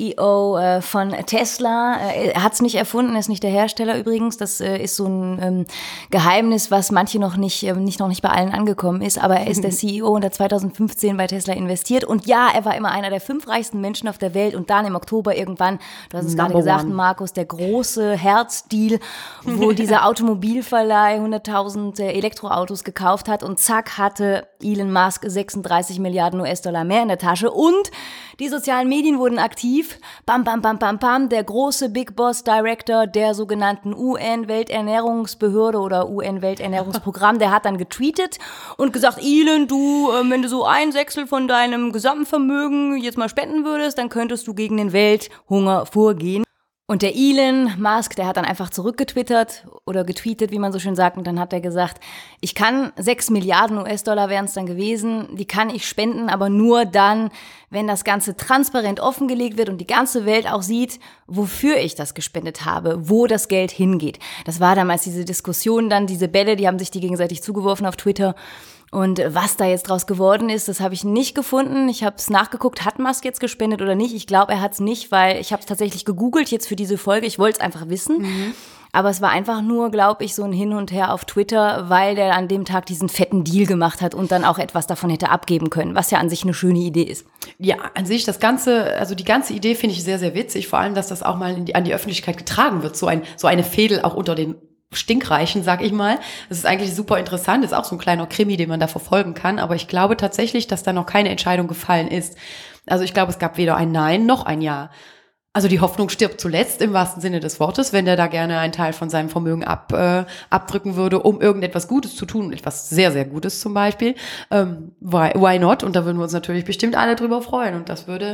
CEO von Tesla. Er hat's nicht erfunden, ist nicht der Hersteller übrigens. Das ist so ein Geheimnis, was manche noch nicht bei allen angekommen ist. Aber er ist der CEO und hat 2015 bei Tesla investiert. Und ja, er war immer einer der 5 reichsten Menschen auf der Welt. Und dann im Oktober irgendwann, du hast es gerade gesagt, Markus, der große Herzdeal, wo dieser Automobilverleih 100.000 Elektroautos gekauft hat und zack hatte Elon Musk 36 Milliarden US-Dollar mehr in der Tasche und die sozialen Medien wurden aktiv. Bam, bam, bam, bam, bam. Der große Big Boss Director der sogenannten UN-Welternährungsbehörde oder UN-Welternährungsprogramm, der hat dann getweetet und gesagt, Elon, du, wenn du so 1/6 von deinem gesamten Vermögen jetzt mal spenden würdest, dann könntest du gegen den Welthunger vorgehen. Und der Elon Musk, der hat dann einfach zurückgetwittert oder getweetet, wie man so schön sagt, und dann hat er gesagt, ich kann 6 Milliarden US-Dollar wären es dann gewesen, die kann ich spenden, aber nur dann, wenn das Ganze transparent offengelegt wird und die ganze Welt auch sieht, wofür ich das gespendet habe, wo das Geld hingeht. Das war damals diese Diskussion, dann diese Bälle, die haben sich die gegenseitig zugeworfen auf Twitter. Und was da jetzt draus geworden ist, das habe ich nicht gefunden. Ich habe es nachgeguckt, hat Musk jetzt gespendet oder nicht? Ich glaube, er hat es nicht, weil ich habe es tatsächlich gegoogelt jetzt für diese Folge. Ich wollte es einfach wissen. Aber es war einfach nur, glaube ich, so ein Hin und Her auf Twitter, weil der an dem Tag diesen fetten Deal gemacht hat und dann auch etwas davon hätte abgeben können, was ja an sich eine schöne Idee ist. Ja, an sich die ganze Idee finde ich sehr, sehr witzig. Vor allem, dass das auch mal an die Öffentlichkeit getragen wird. So eine Fehde auch unter den Stinkreichen, sag ich mal. Das ist eigentlich super interessant, ist auch so ein kleiner Krimi, den man da verfolgen kann, aber ich glaube tatsächlich, dass da noch keine Entscheidung gefallen ist. Also ich glaube, es gab weder ein Nein noch ein Ja. Also die Hoffnung stirbt zuletzt im wahrsten Sinne des Wortes, wenn der da gerne einen Teil von seinem Vermögen abdrücken würde, um irgendetwas Gutes zu tun, etwas sehr, sehr Gutes zum Beispiel. Why not? Und da würden wir uns natürlich bestimmt alle drüber freuen und das würde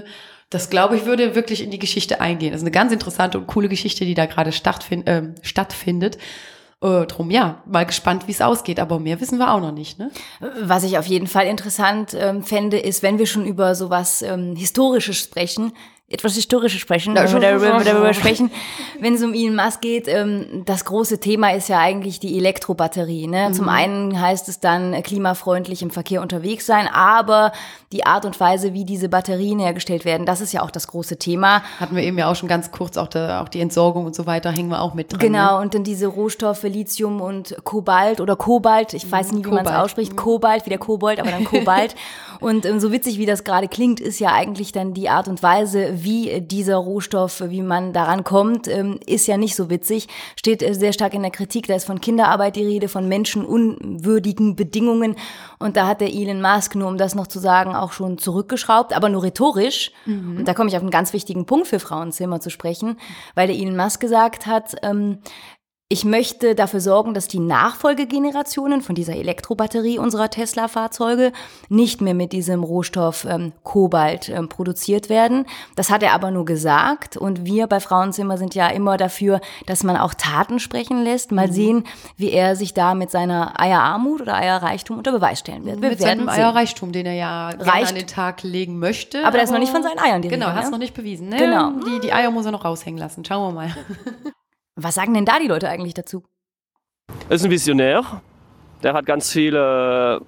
Das, glaube ich, würde wirklich in die Geschichte eingehen. Das ist eine ganz interessante und coole Geschichte, die da gerade stattfindet. Drum, ja, mal gespannt, wie es ausgeht, aber mehr wissen wir auch noch nicht, ne? Was ich auf jeden Fall interessant fände, ist, wenn wir schon über sowas Historisches sprechen, darüber sprechen, wenn es um Elon Musk geht, das große Thema ist ja eigentlich die Elektrobatterie, ne? Zum einen heißt es dann klimafreundlich im Verkehr unterwegs sein, aber die Art und Weise, wie diese Batterien hergestellt werden, das ist ja auch das große Thema. Hatten wir eben ja auch schon ganz kurz, auch die Entsorgung und so weiter, hängen wir auch mit dran. Genau, ne? und dann diese Rohstoffe Lithium und Kobalt, ich weiß nie, wie man es ausspricht, Kobalt, wie der Kobold, aber dann Kobalt. Und so witzig, wie das gerade klingt, ist ja eigentlich dann die Art und Weise, wie dieser Rohstoff, wie man daran kommt, ist ja nicht so witzig. Steht sehr stark in der Kritik, da ist von Kinderarbeit die Rede, von menschenunwürdigen Bedingungen. Und da hat der Elon Musk, nur um das noch zu sagen, auch schon zurückgeschraubt, aber nur rhetorisch. Und da komme ich auf einen ganz wichtigen Punkt für Frauenzimmer zu sprechen, weil der Elon Musk gesagt hat, ich möchte dafür sorgen, dass die Nachfolgegenerationen von dieser Elektrobatterie unserer Tesla-Fahrzeuge nicht mehr mit diesem Rohstoff Kobalt produziert werden. Das hat er aber nur gesagt. Und wir bei Frauenzimmer sind ja immer dafür, dass man auch Taten sprechen lässt. Mal sehen, wie er sich da mit seiner Eierarmut oder Eierreichtum unter Beweis stellen wird. Mit seinem Eierreichtum, den er ja gerne an den Tag legen möchte. Aber der ist noch nicht von seinen Eiern direkt. Genau, hat es noch nicht bewiesen. Ne? Genau. Die Eier muss er noch raushängen lassen. Schauen wir mal. Was sagen denn da die Leute eigentlich dazu? Er ist ein Visionär. Der hat ganz viele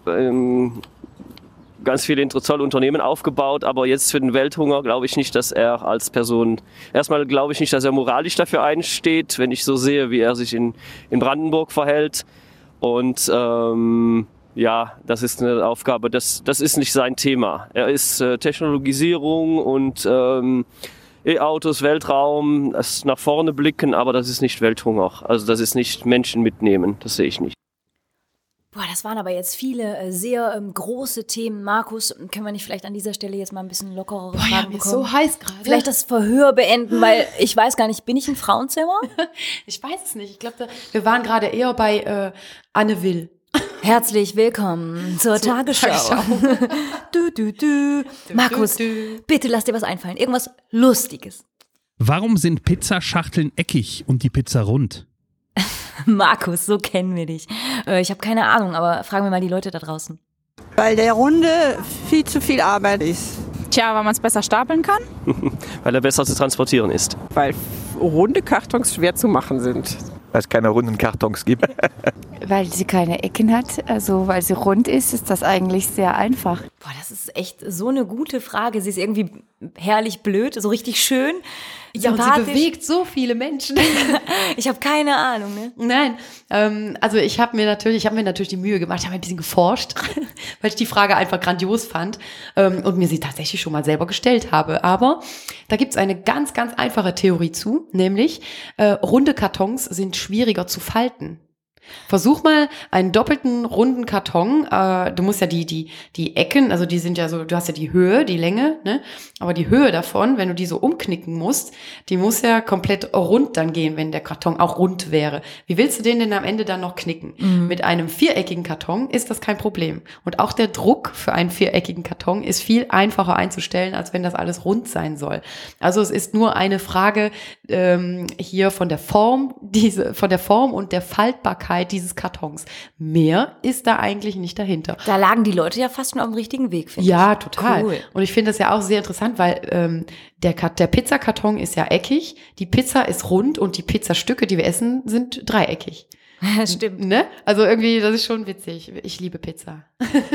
tolle Unternehmen aufgebaut, aber jetzt für den Welthunger glaube ich nicht, dass er als Person, erstmal glaube ich nicht, dass er moralisch dafür einsteht, wenn ich so sehe, wie er sich in Brandenburg verhält. Und ja, das ist eine Aufgabe, das ist nicht sein Thema. Er ist Technologisierung und E-Autos, Weltraum, das nach vorne blicken, aber das ist nicht Welthunger. Also das ist nicht Menschen mitnehmen, das sehe ich nicht. Boah, das waren aber jetzt viele sehr große Themen. Markus, können wir nicht vielleicht an dieser Stelle jetzt mal ein bisschen lockerere Fragen bekommen? Ist so heiß gerade. Vielleicht das Verhör beenden, weil ich weiß gar nicht, bin ich im Frauenzimmer? Ich weiß es nicht. Ich glaube, wir waren gerade eher bei Anne Will. Herzlich willkommen zur Tagesschau. Markus, bitte lass dir was einfallen. Irgendwas Lustiges. Warum sind Pizzaschachteln eckig und die Pizza rund? Markus, so kennen wir dich. Ich habe keine Ahnung, aber fragen wir mal die Leute da draußen. Weil der Runde viel zu viel Arbeit ist. Tja, weil man es besser stapeln kann? Weil er besser zu transportieren ist. Weil runde Kartons schwer zu machen sind. Weil es keine runden Kartons gibt. Weil sie keine Ecken hat, also weil sie rund ist das eigentlich sehr einfach. Boah, das ist echt so eine gute Frage. Sie ist irgendwie herrlich blöd, so richtig schön. Ja, und sie bewegt so viele Menschen. Ich habe keine Ahnung, ne? Nein, also ich habe mir natürlich die Mühe gemacht, ich habe ein bisschen geforscht, weil ich die Frage einfach grandios fand und mir sie tatsächlich schon mal selber gestellt habe. Aber da gibt's eine ganz, ganz einfache Theorie zu, nämlich runde Kartons sind schwieriger zu falten. Versuch mal einen doppelten runden Karton, du musst ja die Ecken, also die sind ja so, du hast ja die Höhe, die Länge, ne? Aber die Höhe davon, wenn du die so umknicken musst, die muss ja komplett rund dann gehen, wenn der Karton auch rund wäre. Wie willst du den denn am Ende dann noch knicken? Mit einem viereckigen Karton ist das kein Problem. Und auch der Druck für einen viereckigen Karton ist viel einfacher einzustellen, als wenn das alles rund sein soll. Also es ist nur eine Frage hier von der Form und der Faltbarkeit dieses Kartons. Mehr ist da eigentlich nicht dahinter. Da lagen die Leute ja fast schon auf dem richtigen Weg, finde ich. Ja, total. Cool. Und ich finde das ja auch sehr interessant, weil der Pizzakarton ist ja eckig, die Pizza ist rund und die Pizzastücke, die wir essen, sind dreieckig. Stimmt. Ne? Also irgendwie, das ist schon witzig. Ich liebe Pizza.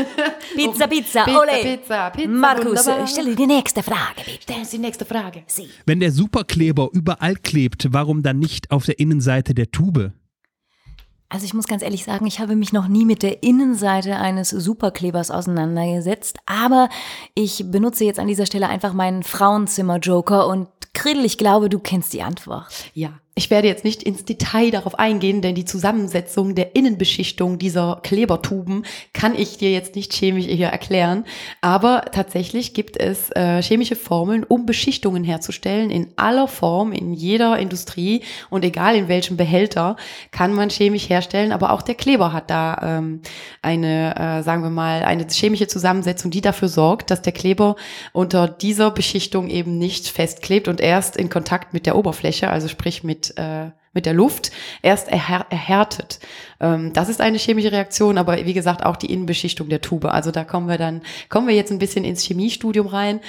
Pizza, ole. Pizza, Markus, wunderbar. stelle die nächste Frage, bitte. Das ist die nächste Frage. Wenn der Superkleber überall klebt, warum dann nicht auf der Innenseite der Tube? Also ich muss ganz ehrlich sagen, ich habe mich noch nie mit der Innenseite eines Superklebers auseinandergesetzt, aber ich benutze jetzt an dieser Stelle einfach meinen Frauenzimmer-Joker und Krill, ich glaube, du kennst die Antwort. Ja, Ich werde jetzt nicht ins Detail darauf eingehen, denn die Zusammensetzung der Innenbeschichtung dieser Klebertuben kann ich dir jetzt nicht chemisch hier erklären. Aber tatsächlich gibt es chemische Formeln, um Beschichtungen herzustellen. In aller Form, in jeder Industrie und egal in welchem Behälter kann man chemisch herstellen. Aber auch der Kleber hat da eine chemische Zusammensetzung, die dafür sorgt, dass der Kleber unter dieser Beschichtung eben nicht festklebt und erst in Kontakt mit der Oberfläche, also sprich mit der Luft, erst erhärtet. Das ist eine chemische Reaktion, aber wie gesagt auch die Innenbeschichtung der Tube. Also da kommen wir jetzt ein bisschen ins Chemiestudium rein.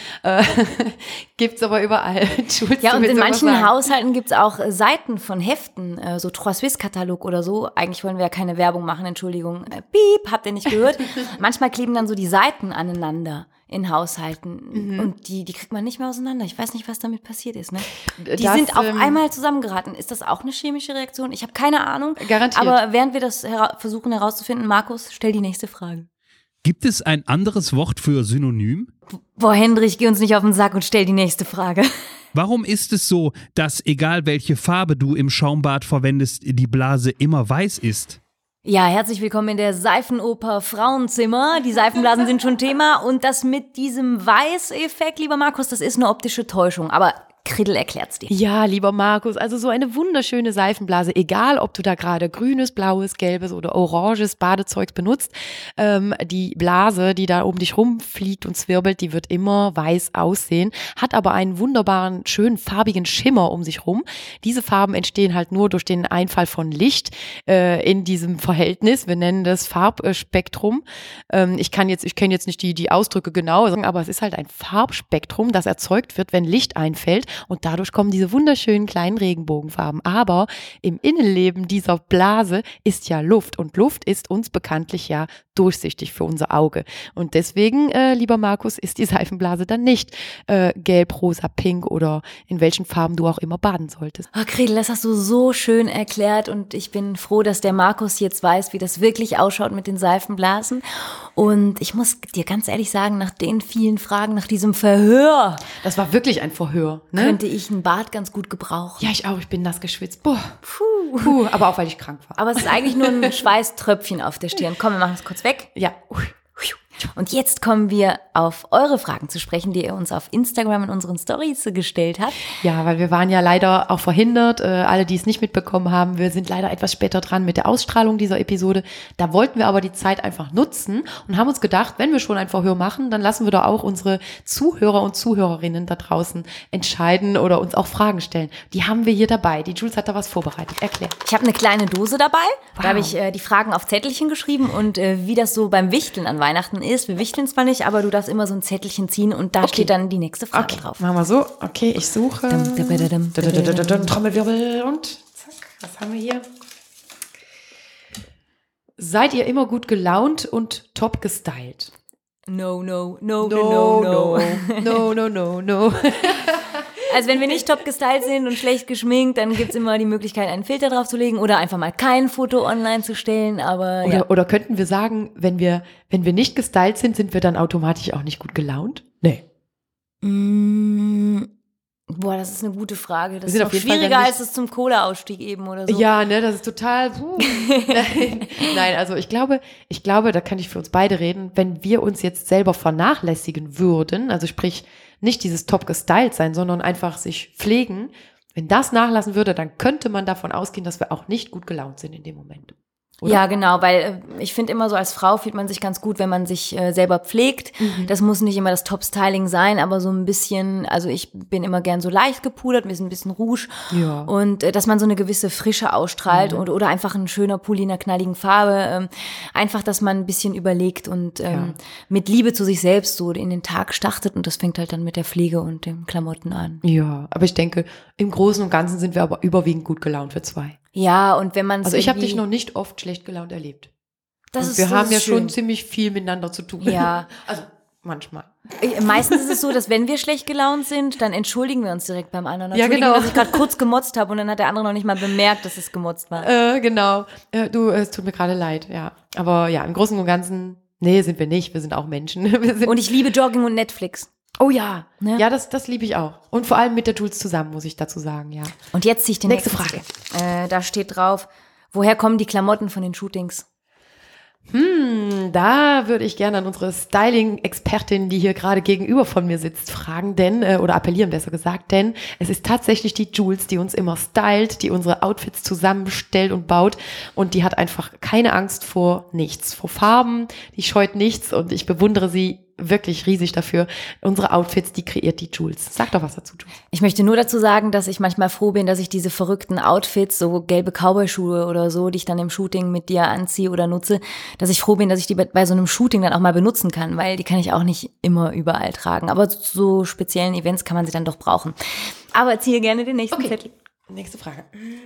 Gibt's aber überall. Ja, und in manchen Haushalten gibt's auch Seiten von Heften, so Trois Suisse Katalog oder so. Eigentlich wollen wir ja keine Werbung machen, Entschuldigung. Piep, habt ihr nicht gehört? Manchmal kleben dann so die Seiten aneinander in Haushalten und die kriegt man nicht mehr auseinander. Ich weiß nicht, was damit passiert ist. Ne? Die sind auf einmal zusammengeraten. Ist das auch eine chemische Reaktion? Ich habe keine Ahnung. Garantiert. Aber während wir das versuchen herauszufinden, Markus, stell die nächste Frage. Gibt es ein anderes Wort für Synonym? Boah, Hendrich, geh uns nicht auf den Sack und stell die nächste Frage. Warum ist es so, dass egal welche Farbe du im Schaumbad verwendest, die Blase immer weiß ist? Ja, herzlich willkommen in der Seifenoper Frauenzimmer. Die Seifenblasen sind schon Thema und das mit diesem Weißeffekt, lieber Markus, das ist eine optische Täuschung, aber Kriddel erklärt's dir. Ja, lieber Markus, also so eine wunderschöne Seifenblase, egal ob du da gerade grünes, blaues, gelbes oder oranges Badezeug benutzt, die Blase, die da um dich rumfliegt und zwirbelt, die wird immer weiß aussehen, hat aber einen wunderbaren, schönen farbigen Schimmer um sich rum. Diese Farben entstehen halt nur durch den Einfall von Licht in diesem Verhältnis. Wir nennen das Farbspektrum. Ich kenne jetzt nicht die Ausdrücke genau, aber es ist halt ein Farbspektrum, das erzeugt wird, wenn Licht einfällt. Und dadurch kommen diese wunderschönen kleinen Regenbogenfarben. Aber im Innenleben dieser Blase ist ja Luft. Und Luft ist uns bekanntlich ja durchsichtig für unser Auge. Und deswegen, lieber Markus, ist die Seifenblase dann nicht gelb, rosa, pink oder in welchen Farben du auch immer baden solltest. Oh, Kriddel, das hast du so schön erklärt. Und ich bin froh, dass der Markus jetzt weiß, wie das wirklich ausschaut mit den Seifenblasen. Und ich muss dir ganz ehrlich sagen, nach den vielen Fragen, nach diesem Verhör. Das war wirklich ein Verhör, ne? Könnte ich ein Bad ganz gut gebrauchen. Ja, ich auch. Ich bin nass geschwitzt. Boah. Puh. Aber auch, weil ich krank war. Aber es ist eigentlich nur ein Schweißtröpfchen auf der Stirn. Komm, wir machen es kurz weg. Ja. Und jetzt kommen wir auf eure Fragen zu sprechen, die ihr uns auf Instagram in unseren Stories gestellt habt. Ja, weil wir waren ja leider auch verhindert. Alle, die es nicht mitbekommen haben, wir sind leider etwas später dran mit der Ausstrahlung dieser Episode. Da wollten wir aber die Zeit einfach nutzen und haben uns gedacht, wenn wir schon ein Verhör machen, dann lassen wir doch auch unsere Zuhörer und Zuhörerinnen da draußen entscheiden oder uns auch Fragen stellen. Die haben wir hier dabei. Die Jules hat da was vorbereitet. Erklär. Ich habe eine kleine Dose dabei. Wow. Da habe ich die Fragen auf Zettelchen geschrieben und wie das so beim Wichteln an Weihnachten ist. Wir wichteln zwar nicht, aber du darfst immer so ein Zettelchen ziehen und da steht dann die nächste Frage drauf. Machen wir so. Okay, ich suche. Trommelwirbel und zack. Was haben wir hier? Seid ihr immer gut gelaunt und top gestylt? No. Also wenn wir nicht top gestylt sind und schlecht geschminkt, dann gibt's immer die Möglichkeit, einen Filter drauf zu legen oder einfach mal kein Foto online zu stellen. Aber oder könnten wir sagen, wenn wir nicht gestylt sind, sind wir dann automatisch auch nicht gut gelaunt? Nee. Boah, das ist eine gute Frage. Das ist noch schwieriger als es zum Kohleausstieg eben oder so. Ja, ne, das ist total. Nein, also ich glaube, da kann ich für uns beide reden, wenn wir uns jetzt selber vernachlässigen würden, also sprich nicht dieses top gestylt sein, sondern einfach sich pflegen, wenn das nachlassen würde, dann könnte man davon ausgehen, dass wir auch nicht gut gelaunt sind in dem Moment. Oder? Ja, genau, weil ich finde immer so, als Frau fühlt man sich ganz gut, wenn man sich selber pflegt. Das muss nicht immer das Top-Styling sein, aber so ein bisschen, also ich bin immer gern so leicht gepudert, mir ist ein bisschen Rouge. Ja. Und dass man so eine gewisse Frische ausstrahlt oder einfach ein schöner Pulli in einer knalligen Farbe. Einfach, dass man ein bisschen überlegt und mit Liebe zu sich selbst so in den Tag startet und das fängt halt dann mit der Pflege und den Klamotten an. Ja, aber ich denke, im Großen und Ganzen sind wir aber überwiegend gut gelaunt, wir zwei. Ja, und wenn man also ich habe dich noch nicht oft schlecht gelaunt erlebt. Wir haben ja schon ziemlich viel miteinander zu tun. Ja. Also manchmal. Meistens ist es so, dass wenn wir schlecht gelaunt sind, dann entschuldigen wir uns direkt beim anderen. Ja, genau. Dass ich gerade kurz gemotzt habe und dann hat der andere noch nicht mal bemerkt, dass es gemotzt war. Genau. Es tut mir gerade leid, ja. Aber ja, im Großen und Ganzen, nee, sind wir nicht. Wir sind auch Menschen. Und ich liebe Jogging und Netflix. Oh ja, Ne? ja, das liebe ich auch. Und vor allem mit der Jules zusammen, muss ich dazu sagen, ja. Und jetzt ziehe ich die Nächste nächste Frage. Da steht drauf, woher kommen die Klamotten von den Shootings? Da würde ich gerne an unsere Styling-Expertin, die hier gerade gegenüber von mir sitzt, fragen, oder appellieren besser gesagt, denn es ist tatsächlich die Jules, die uns immer stylt, die unsere Outfits zusammenstellt und baut und die hat einfach keine Angst vor nichts, vor Farben, die scheut nichts und ich bewundere sie wirklich riesig dafür. Unsere Outfits, die kreiert die Jules. Sag doch was dazu, Jules. Ich möchte nur dazu sagen, dass ich manchmal froh bin, dass ich diese verrückten Outfits, so gelbe Cowboy-Schuhe oder so, die ich dann im Shooting mit dir anziehe oder nutze, dass ich froh bin, dass ich die bei so einem Shooting dann auch mal benutzen kann, weil die kann ich auch nicht immer überall tragen. Aber zu so speziellen Events kann man sie dann doch brauchen. Aber ziehe gerne den nächsten Zettel. Nächste Frage.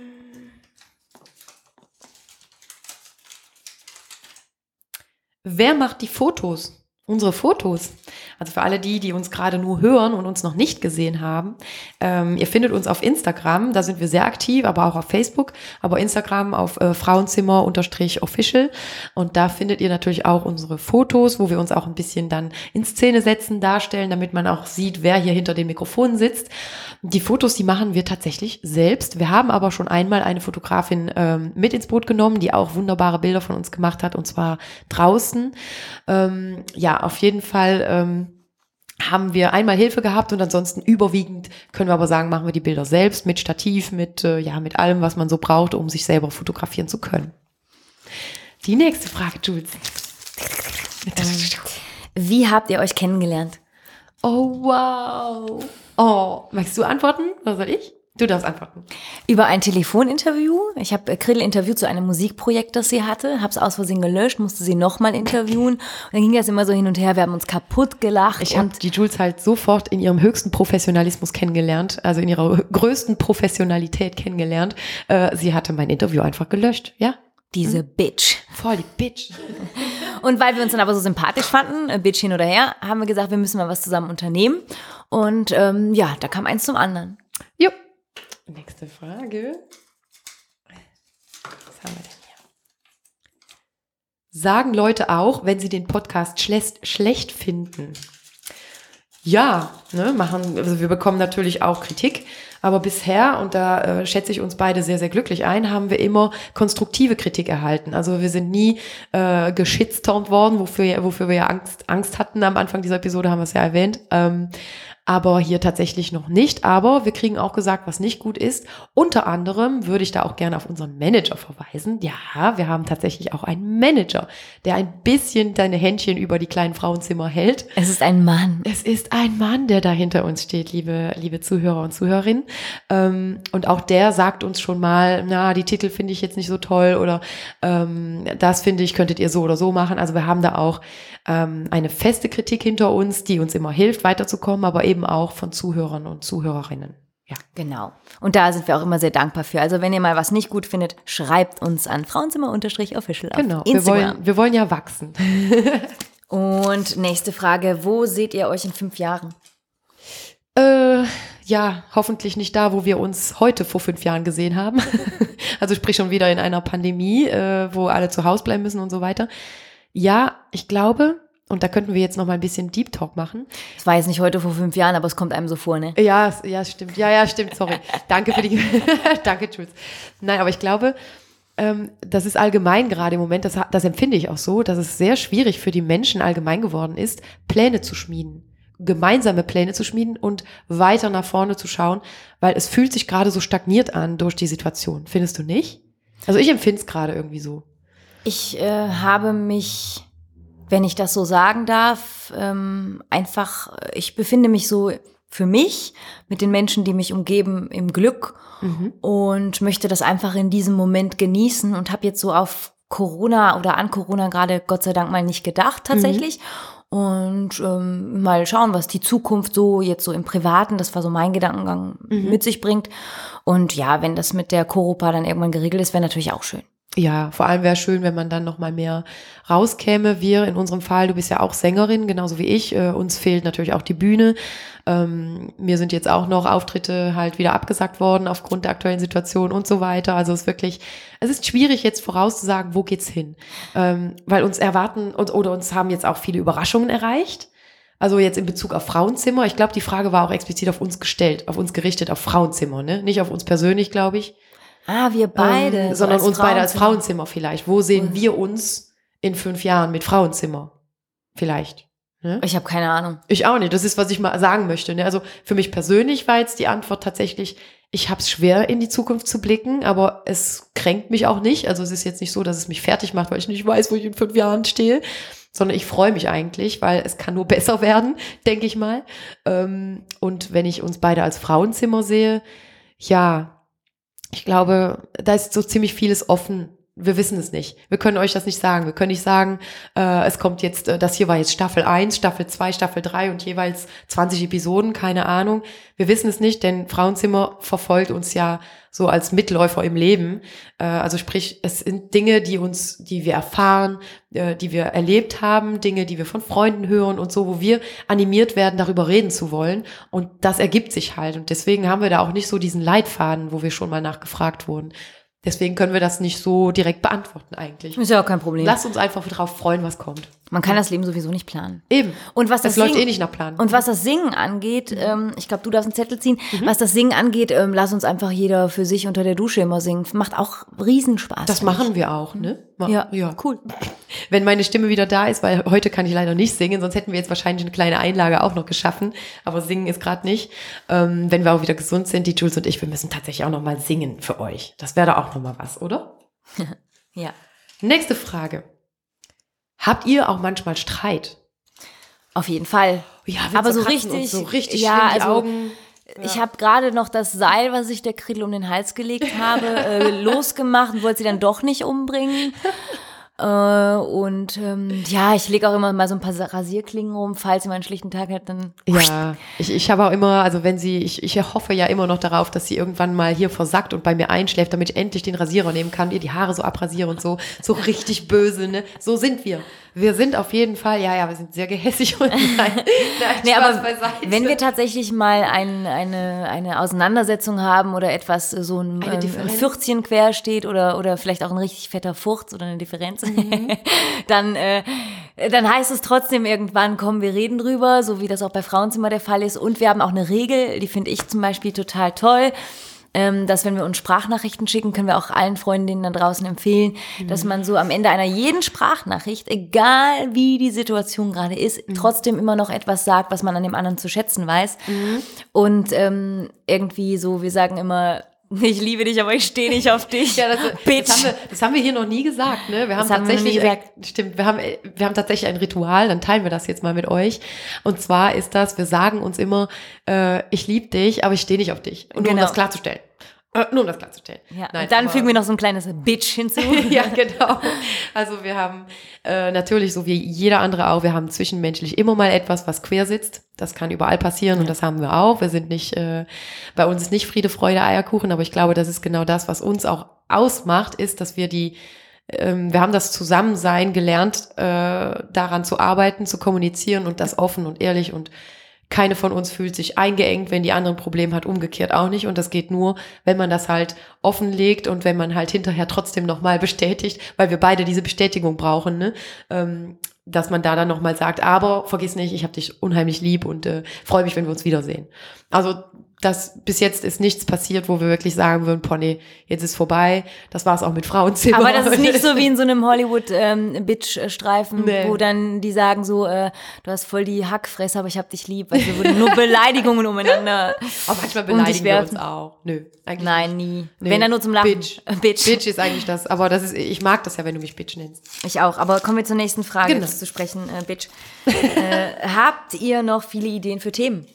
Wer macht die Fotos? Unsere Fotos. Also für alle die uns gerade nur hören und uns noch nicht gesehen haben. Ihr findet uns auf Instagram, da sind wir sehr aktiv, aber auch auf Facebook, aber Instagram auf Frauenzimmer_official und da findet ihr natürlich auch unsere Fotos, wo wir uns auch ein bisschen dann in Szene setzen, darstellen, damit man auch sieht, wer hier hinter den Mikrofonen sitzt. Die Fotos, die machen wir tatsächlich selbst. Wir haben aber schon einmal eine Fotografin mit ins Boot genommen, die auch wunderbare Bilder von uns gemacht hat und zwar draußen. Ja, auf jeden Fall haben wir einmal Hilfe gehabt und ansonsten überwiegend können wir aber sagen, machen wir die Bilder selbst mit Stativ, mit allem, was man so braucht, um sich selber fotografieren zu können. Die nächste Frage, Jules. Wie habt ihr euch kennengelernt? Oh, wow. Oh, magst du antworten oder soll ich? Du darfst antworten. Über ein Telefoninterview. Ich habe Kriddel interviewt zu einem Musikprojekt, das sie hatte, habe es aus Versehen gelöscht, musste sie nochmal interviewen. Und dann ging das immer so hin und her, wir haben uns kaputt gelacht. Ich habe die Jules halt sofort in ihrem höchsten Professionalismus kennengelernt, also in ihrer größten Professionalität kennengelernt. Sie hatte mein Interview einfach gelöscht, ja? Diese Bitch. Voll die Bitch. Und weil wir uns dann aber so sympathisch fanden, Bitch hin oder her, haben wir gesagt, wir müssen mal was zusammen unternehmen. Und da kam eins zum anderen. Jo. Nächste Frage. Was haben wir denn hier? Sagen Leute auch, wenn sie den Podcast schlecht finden? Ja, also wir bekommen natürlich auch Kritik, aber bisher, und da schätze ich uns beide sehr, sehr glücklich ein, haben wir immer konstruktive Kritik erhalten. Also wir sind nie geschitstormt worden, wofür wir ja Angst hatten am Anfang dieser Episode, haben wir es ja erwähnt. Aber hier tatsächlich noch nicht. Aber wir kriegen auch gesagt, was nicht gut ist. Unter anderem würde ich da auch gerne auf unseren Manager verweisen. Ja, wir haben tatsächlich auch einen Manager, der ein bisschen deine Händchen über die kleinen Frauenzimmer hält. Es ist ein Mann. Es ist ein Mann, der da hinter uns steht, liebe Zuhörer und Zuhörerinnen. Und auch der sagt uns schon mal, die Titel finde ich jetzt nicht so toll oder das finde ich, könntet ihr so oder so machen. Also wir haben da auch eine feste Kritik hinter uns, die uns immer hilft, weiterzukommen, aber eben auch von Zuhörern und Zuhörerinnen. Ja. Genau. Und da sind wir auch immer sehr dankbar für. Also wenn ihr mal was nicht gut findet, schreibt uns an Frauenzimmer_official auf Instagram. Wir wollen ja wachsen. Und nächste Frage, wo seht ihr euch in 5 Jahren? Hoffentlich nicht da, wo wir uns heute vor 5 Jahren gesehen haben. Also sprich schon wieder in einer Pandemie, wo alle zu Hause bleiben müssen und so weiter. Ja, ich glaube, und da könnten wir jetzt noch mal ein bisschen Deep Talk machen. Das war jetzt nicht heute vor 5 Jahren, aber es kommt einem so vor, ne? Ja, stimmt. Ja, stimmt, sorry. Danke für die, danke, Jules. Nein, aber ich glaube, das ist allgemein gerade im Moment, das empfinde ich auch so, dass es sehr schwierig für die Menschen allgemein geworden ist, Pläne zu schmieden. Gemeinsame Pläne zu schmieden und weiter nach vorne zu schauen, weil es fühlt sich gerade so stagniert an durch die Situation. Findest du nicht? Also ich empfinde es gerade irgendwie so. Ich habe mich, wenn ich das so sagen darf, ich befinde mich so für mich mit den Menschen, die mich umgeben, im Glück und möchte das einfach in diesem Moment genießen und habe jetzt so auf Corona oder an Corona gerade Gott sei Dank mal nicht gedacht tatsächlich. Und mal schauen, was die Zukunft so jetzt so im Privaten, das war so mein Gedankengang, mit sich bringt. Und ja, wenn das mit der Coropa dann irgendwann geregelt ist, wäre natürlich auch schön. Ja, vor allem wäre schön, wenn man dann noch mal mehr rauskäme. Wir in unserem Fall, du bist ja auch Sängerin, genauso wie ich. Uns fehlt natürlich auch die Bühne. Mir sind jetzt auch noch Auftritte halt wieder abgesagt worden aufgrund der aktuellen Situation und so weiter. Also es ist schwierig jetzt vorauszusagen, wo geht's hin. Weil uns uns haben jetzt auch viele Überraschungen erreicht. Also jetzt in Bezug auf Frauenzimmer. Ich glaube, die Frage war auch explizit auf uns gestellt, auf uns gerichtet, auf Frauenzimmer, ne? Nicht auf uns persönlich, glaube ich. Wir beide. Sondern uns beide als Frauenzimmer vielleicht. Wo sehen wir uns in 5 Jahren mit Frauenzimmer? Vielleicht. Ne? Ich habe keine Ahnung. Ich auch nicht. Das ist, was ich mal sagen möchte. Ne? Also für mich persönlich war jetzt die Antwort tatsächlich, ich habe es schwer, in die Zukunft zu blicken, aber es kränkt mich auch nicht. Also es ist jetzt nicht so, dass es mich fertig macht, weil ich nicht weiß, wo ich in 5 Jahren stehe, sondern ich freue mich eigentlich, weil es kann nur besser werden, denke ich mal. Und wenn ich uns beide als Frauenzimmer sehe, ja, ich glaube, da ist so ziemlich vieles offen. Wir wissen es nicht. Wir können euch das nicht sagen. Wir können nicht sagen, es kommt jetzt, das hier war jetzt Staffel 1, Staffel 2, Staffel 3 und jeweils 20 Episoden, keine Ahnung. Wir wissen es nicht, denn Frauenzimmer verfolgt uns ja so als Mitläufer im Leben. Also sprich, es sind Dinge, die wir erfahren, die wir erlebt haben, Dinge, die wir von Freunden hören und so, wo wir animiert werden, darüber reden zu wollen. Und das ergibt sich halt. Und deswegen haben wir da auch nicht so diesen Leitfaden, wo wir schon mal nachgefragt wurden. Deswegen können wir das nicht so direkt beantworten eigentlich. Ist ja auch kein Problem. Lasst uns einfach drauf freuen, was kommt. Man kann das Leben sowieso nicht planen. Eben. Und was das läuft eh nicht nach Plan. Und was das Singen angeht, ich glaube, du darfst einen Zettel ziehen. Was das Singen angeht, lass uns einfach jeder für sich unter der Dusche immer singen. Macht auch Riesenspaß. Das machen wir auch, ne? Ja, cool. Wenn meine Stimme wieder da ist, weil heute kann ich leider nicht singen, sonst hätten wir jetzt wahrscheinlich eine kleine Einlage auch noch geschaffen, aber singen ist gerade nicht. Wenn wir auch wieder gesund sind, die Jules und ich, wir müssen tatsächlich auch noch mal singen für euch. Das wäre da auch noch mal was, oder? Ja. Nächste Frage. Habt ihr auch manchmal Streit? Auf jeden Fall. Ja, aber so richtig ja, also Augen. Ich habe gerade noch das Seil, was ich der Kriddel um den Hals gelegt habe, losgemacht und wollte sie dann doch nicht umbringen. Ich lege auch immer mal so ein paar Rasierklingen rum, falls sie mal einen schlichten Tag hat, dann. Ja, ich habe auch immer, also wenn sie, ich hoffe ja immer noch darauf, dass sie irgendwann mal hier versackt und bei mir einschläft, damit ich endlich den Rasierer nehmen kann, ihr die Haare so abrasiere und so richtig böse, ne? So sind wir. Wir sind auf jeden Fall, wir sind sehr gehässig und aber wenn wir tatsächlich mal eine Auseinandersetzung haben oder etwas, so ein Fürzchen quer steht oder vielleicht auch ein richtig fetter Furz oder eine Differenz, dann heißt es trotzdem irgendwann, komm, wir reden drüber, so wie das auch bei Frauenzimmer der Fall ist. Und wir haben auch eine Regel, die finde ich zum Beispiel total toll, dass wenn wir uns Sprachnachrichten schicken, können wir auch allen Freundinnen da draußen empfehlen, dass man so am Ende einer jeden Sprachnachricht, egal wie die Situation gerade ist, trotzdem immer noch etwas sagt, was man an dem anderen zu schätzen weiß. Und irgendwie so, wir sagen immer, ich liebe dich, aber ich stehe nicht auf dich. Ja, das haben wir hier noch nie gesagt, ne? Wir haben tatsächlich, stimmt, wir haben tatsächlich ein Ritual, dann teilen wir das jetzt mal mit euch. Und zwar ist das, wir sagen uns immer, ich liebe dich, aber ich stehe nicht auf dich. Und nur um das klarzustellen. Ja, nein, und dann fügen wir noch so ein kleines Bitch hinzu. Ja, genau. Also wir haben natürlich, so wie jeder andere auch, wir haben zwischenmenschlich immer mal etwas, was quer sitzt. Das kann überall passieren und das haben wir auch. Wir sind nicht, bei uns ist nicht Friede, Freude, Eierkuchen, aber ich glaube, das ist genau das, was uns auch ausmacht, ist, dass wir wir haben das Zusammensein gelernt, daran zu arbeiten, zu kommunizieren und das offen und ehrlich, und keine von uns fühlt sich eingeengt, wenn die andere ein Problem hat, umgekehrt auch nicht. Und das geht nur, wenn man das halt offenlegt und wenn man halt hinterher trotzdem nochmal bestätigt, weil wir beide diese Bestätigung brauchen, ne? Dass man da dann nochmal sagt, aber vergiss nicht, ich habe dich unheimlich lieb und freue mich, wenn wir uns wiedersehen. Also bis jetzt ist nichts passiert, wo wir wirklich sagen würden, Pony, jetzt ist vorbei. Das war es auch mit Frauenzimmer. Aber das ist nicht so wie in so einem Hollywood-Bitch-Streifen, wo dann die sagen so, du hast voll die Hackfresse, aber ich hab dich lieb. Also wo nur Beleidigungen umeinander. Aber manchmal beleidigen wir uns auch. Nö, eigentlich Nein, nie. Nee. Wenn dann nur zum Lachen. Bitch ist eigentlich das. Aber ich mag das ja, wenn du mich Bitch nennst. Ich auch. Aber kommen wir zur nächsten Frage zu sprechen, Bitch. Habt ihr noch viele Ideen für Themen?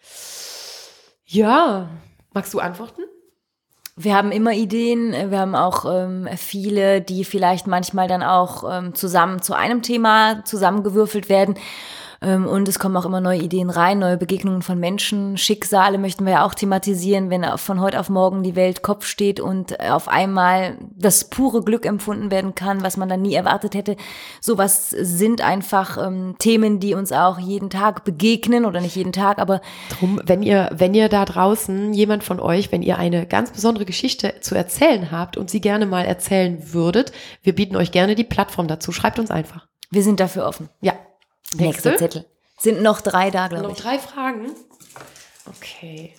Ja, magst du antworten? Wir haben immer Ideen, wir haben auch viele, die vielleicht manchmal dann auch zusammen zu einem Thema zusammengewürfelt werden. Und es kommen auch immer neue Ideen rein, neue Begegnungen von Menschen. Schicksale möchten wir ja auch thematisieren, wenn von heute auf morgen die Welt Kopf steht und auf einmal das pure Glück empfunden werden kann, was man dann nie erwartet hätte. Sowas sind einfach Themen, die uns auch jeden Tag begegnen, oder nicht jeden Tag, aber drum, wenn ihr da draußen, jemand von euch, wenn ihr eine ganz besondere Geschichte zu erzählen habt und sie gerne mal erzählen würdet, wir bieten euch gerne die Plattform dazu. Schreibt uns einfach. Wir sind dafür offen. Ja. Nächster Zettel. Sind noch 3 da, glaube ich. Noch 3 Fragen? Okay.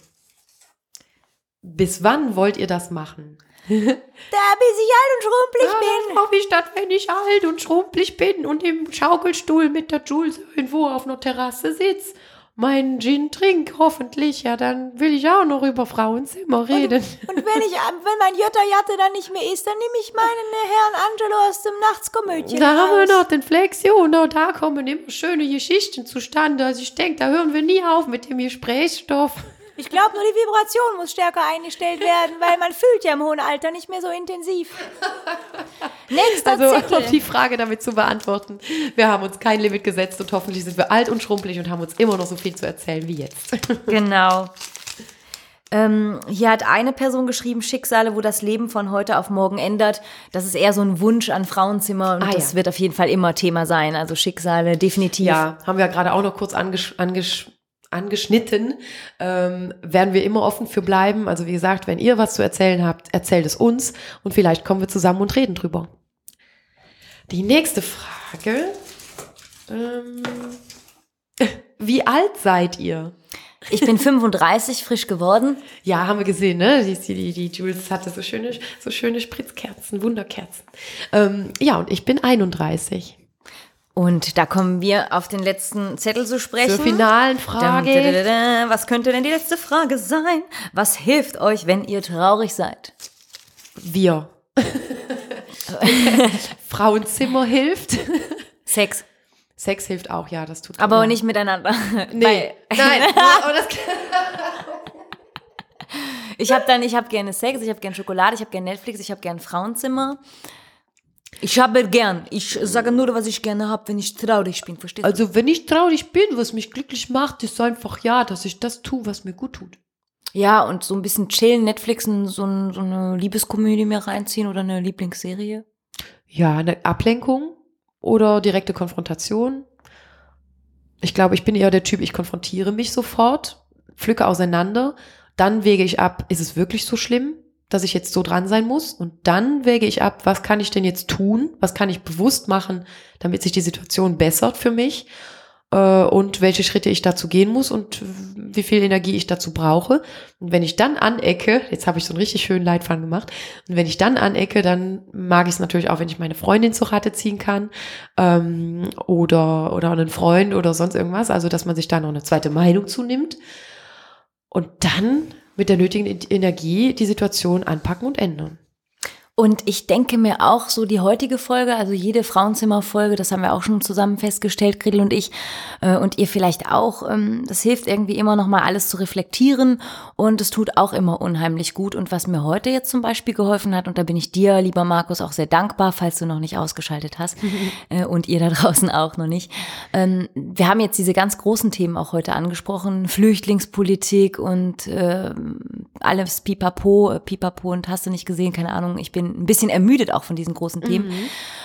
Bis wann wollt ihr das machen? Da, bis ich alt und schrumpelig bin. Hoffe ich, dass wenn ich alt und schrumpelig bin und im Schaukelstuhl mit der Jules irgendwo auf einer Terrasse sitze, meinen Gin trink, hoffentlich, ja, dann will ich auch noch über Frauenzimmer reden. Und wenn mein Jutta-Jatte dann nicht mehr ist, dann nehme ich meinen Herrn Angelo aus dem Nachtskomödien Da haben wir raus. noch den Flexion, auch da kommen immer schöne Geschichten zustande. Also ich denke, da hören wir nie auf mit dem Gesprächsstoff. Ich glaube, nur die Vibration muss stärker eingestellt werden, weil man fühlt ja im hohen Alter nicht mehr so intensiv. Nächster Zettel. Um die Frage damit zu beantworten, wir haben uns kein Limit gesetzt und hoffentlich sind wir alt und schrumpelig und haben uns immer noch so viel zu erzählen wie jetzt. Genau. Hier hat eine Person geschrieben, Schicksale, wo das Leben von heute auf morgen ändert. Das ist eher so ein Wunsch an Frauenzimmer und das wird auf jeden Fall immer Thema sein. Also Schicksale, definitiv. Ja, haben wir ja gerade auch noch kurz angeschnitten, werden wir immer offen für bleiben. Also wie gesagt, wenn ihr was zu erzählen habt, erzählt es uns und vielleicht kommen wir zusammen und reden drüber. Die nächste Frage. Wie alt seid ihr? Ich bin 35, frisch geworden. Ja, haben wir gesehen, ne? Die Jules hatte so schöne Spritzkerzen, Wunderkerzen. Ja, und ich bin 31. Und da kommen wir auf den letzten Zettel zu sprechen. Zur finalen Frage. Was könnte denn die letzte Frage sein? Was hilft euch, wenn ihr traurig seid? Wir. Frauenzimmer hilft. Sex. Sex hilft auch, ja, das tut. Aber nicht miteinander. Nee, nein. Ich habe gerne Sex, ich habe gerne Schokolade, ich habe gerne Netflix, ich habe gerne Frauenzimmer. Ich sage nur, was ich gerne habe, wenn ich traurig bin, verstehst du? Also wenn ich traurig bin, was mich glücklich macht, ist einfach, ja, dass ich das tue, was mir gut tut. Ja, und so ein bisschen chillen, Netflixen, so eine Liebeskomödie mir reinziehen oder eine Lieblingsserie. Ja, eine Ablenkung oder direkte Konfrontation. Ich glaube, ich bin eher der Typ, ich konfrontiere mich sofort, pflücke auseinander, dann wäge ich ab, ist es wirklich so schlimm, dass ich jetzt so dran sein muss? Und dann wäge ich ab, was kann ich denn jetzt tun? Was kann ich bewusst machen, damit sich die Situation bessert für mich? Und welche Schritte ich dazu gehen muss und wie viel Energie ich dazu brauche. Und wenn ich dann anecke, jetzt habe ich so einen richtig schönen Leitfaden gemacht, und wenn ich dann anecke, dann mag ich es natürlich auch, wenn ich meine Freundin zur Rate ziehen kann oder einen Freund oder sonst irgendwas, also dass man sich da noch eine zweite Meinung zunimmt und dann mit der nötigen Energie die Situation anpacken und ändern. Und ich denke mir auch so die heutige Folge, also jede Frauenzimmerfolge, das haben wir auch schon zusammen festgestellt, Gretel und ich, und ihr vielleicht auch, das hilft irgendwie immer noch mal alles zu reflektieren und es tut auch immer unheimlich gut. Und was mir heute jetzt zum Beispiel geholfen hat, und da bin ich dir, lieber Markus, auch sehr dankbar, falls du noch nicht ausgeschaltet hast und ihr da draußen auch noch nicht. Wir haben jetzt diese ganz großen Themen auch heute angesprochen, Flüchtlingspolitik und alles Pipapo und hast du nicht gesehen, keine Ahnung, ich bin ein bisschen ermüdet auch von diesen großen Themen.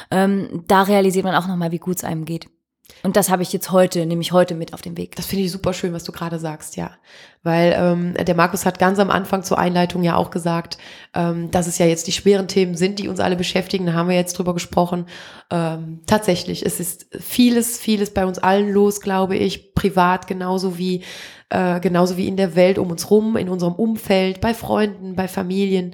Da realisiert man auch nochmal, wie gut es einem geht. Und das habe ich jetzt nehme ich heute mit auf den Weg. Das finde ich super schön, was du gerade sagst, ja. Weil der Markus hat ganz am Anfang zur Einleitung ja auch gesagt, dass es ja jetzt die schweren Themen sind, die uns alle beschäftigen. Da haben wir jetzt drüber gesprochen. Tatsächlich, es ist vieles bei uns allen los, glaube ich, privat genauso wie in der Welt um uns rum, in unserem Umfeld, bei Freunden, bei Familien.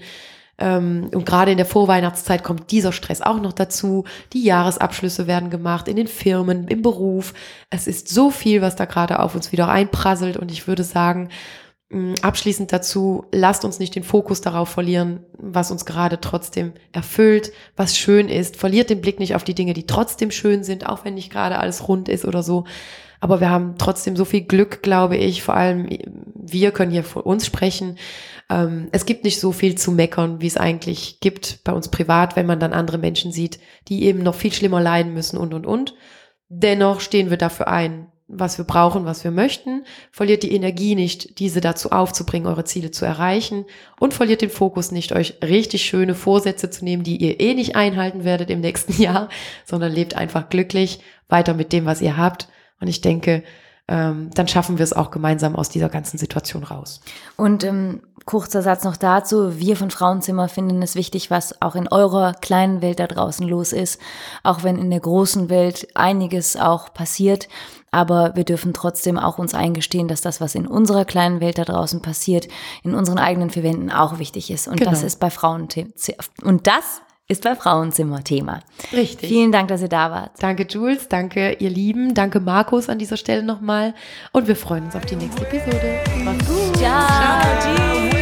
Und gerade in der Vorweihnachtszeit kommt dieser Stress auch noch dazu. Die Jahresabschlüsse werden gemacht in den Firmen, im Beruf. Es ist so viel, was da gerade auf uns wieder einprasselt. Und ich würde sagen, abschließend dazu, lasst uns nicht den Fokus darauf verlieren, was uns gerade trotzdem erfüllt, was schön ist. Verliert den Blick nicht auf die Dinge, die trotzdem schön sind, auch wenn nicht gerade alles rund ist oder so. Aber wir haben trotzdem so viel Glück, glaube ich. Vor allem wir können hier für uns sprechen. Es gibt nicht so viel zu meckern, wie es eigentlich gibt bei uns privat, wenn man dann andere Menschen sieht, die eben noch viel schlimmer leiden müssen und. Dennoch stehen wir dafür ein, was wir brauchen, was wir möchten. Verliert die Energie nicht, diese dazu aufzubringen, eure Ziele zu erreichen. Und verliert den Fokus nicht, euch richtig schöne Vorsätze zu nehmen, die ihr nicht einhalten werdet im nächsten Jahr, sondern lebt einfach glücklich weiter mit dem, was ihr habt. Und ich denke, dann schaffen wir es auch gemeinsam aus dieser ganzen Situation raus. Und kurzer Satz noch dazu. Wir von Frauenzimmer finden es wichtig, was auch in eurer kleinen Welt da draußen los ist. Auch wenn in der großen Welt einiges auch passiert. Aber wir dürfen trotzdem auch uns eingestehen, dass das, was in unserer kleinen Welt da draußen passiert, in unseren eigenen vier Wänden auch wichtig ist. Und das ist bei Frauenzimmer Thema. Richtig. Vielen Dank, dass ihr da wart. Danke, Jules. Danke, ihr Lieben. Danke, Markus, an dieser Stelle nochmal. Und wir freuen uns auf die nächste Episode. Macht's gut. Ciao. Ciao.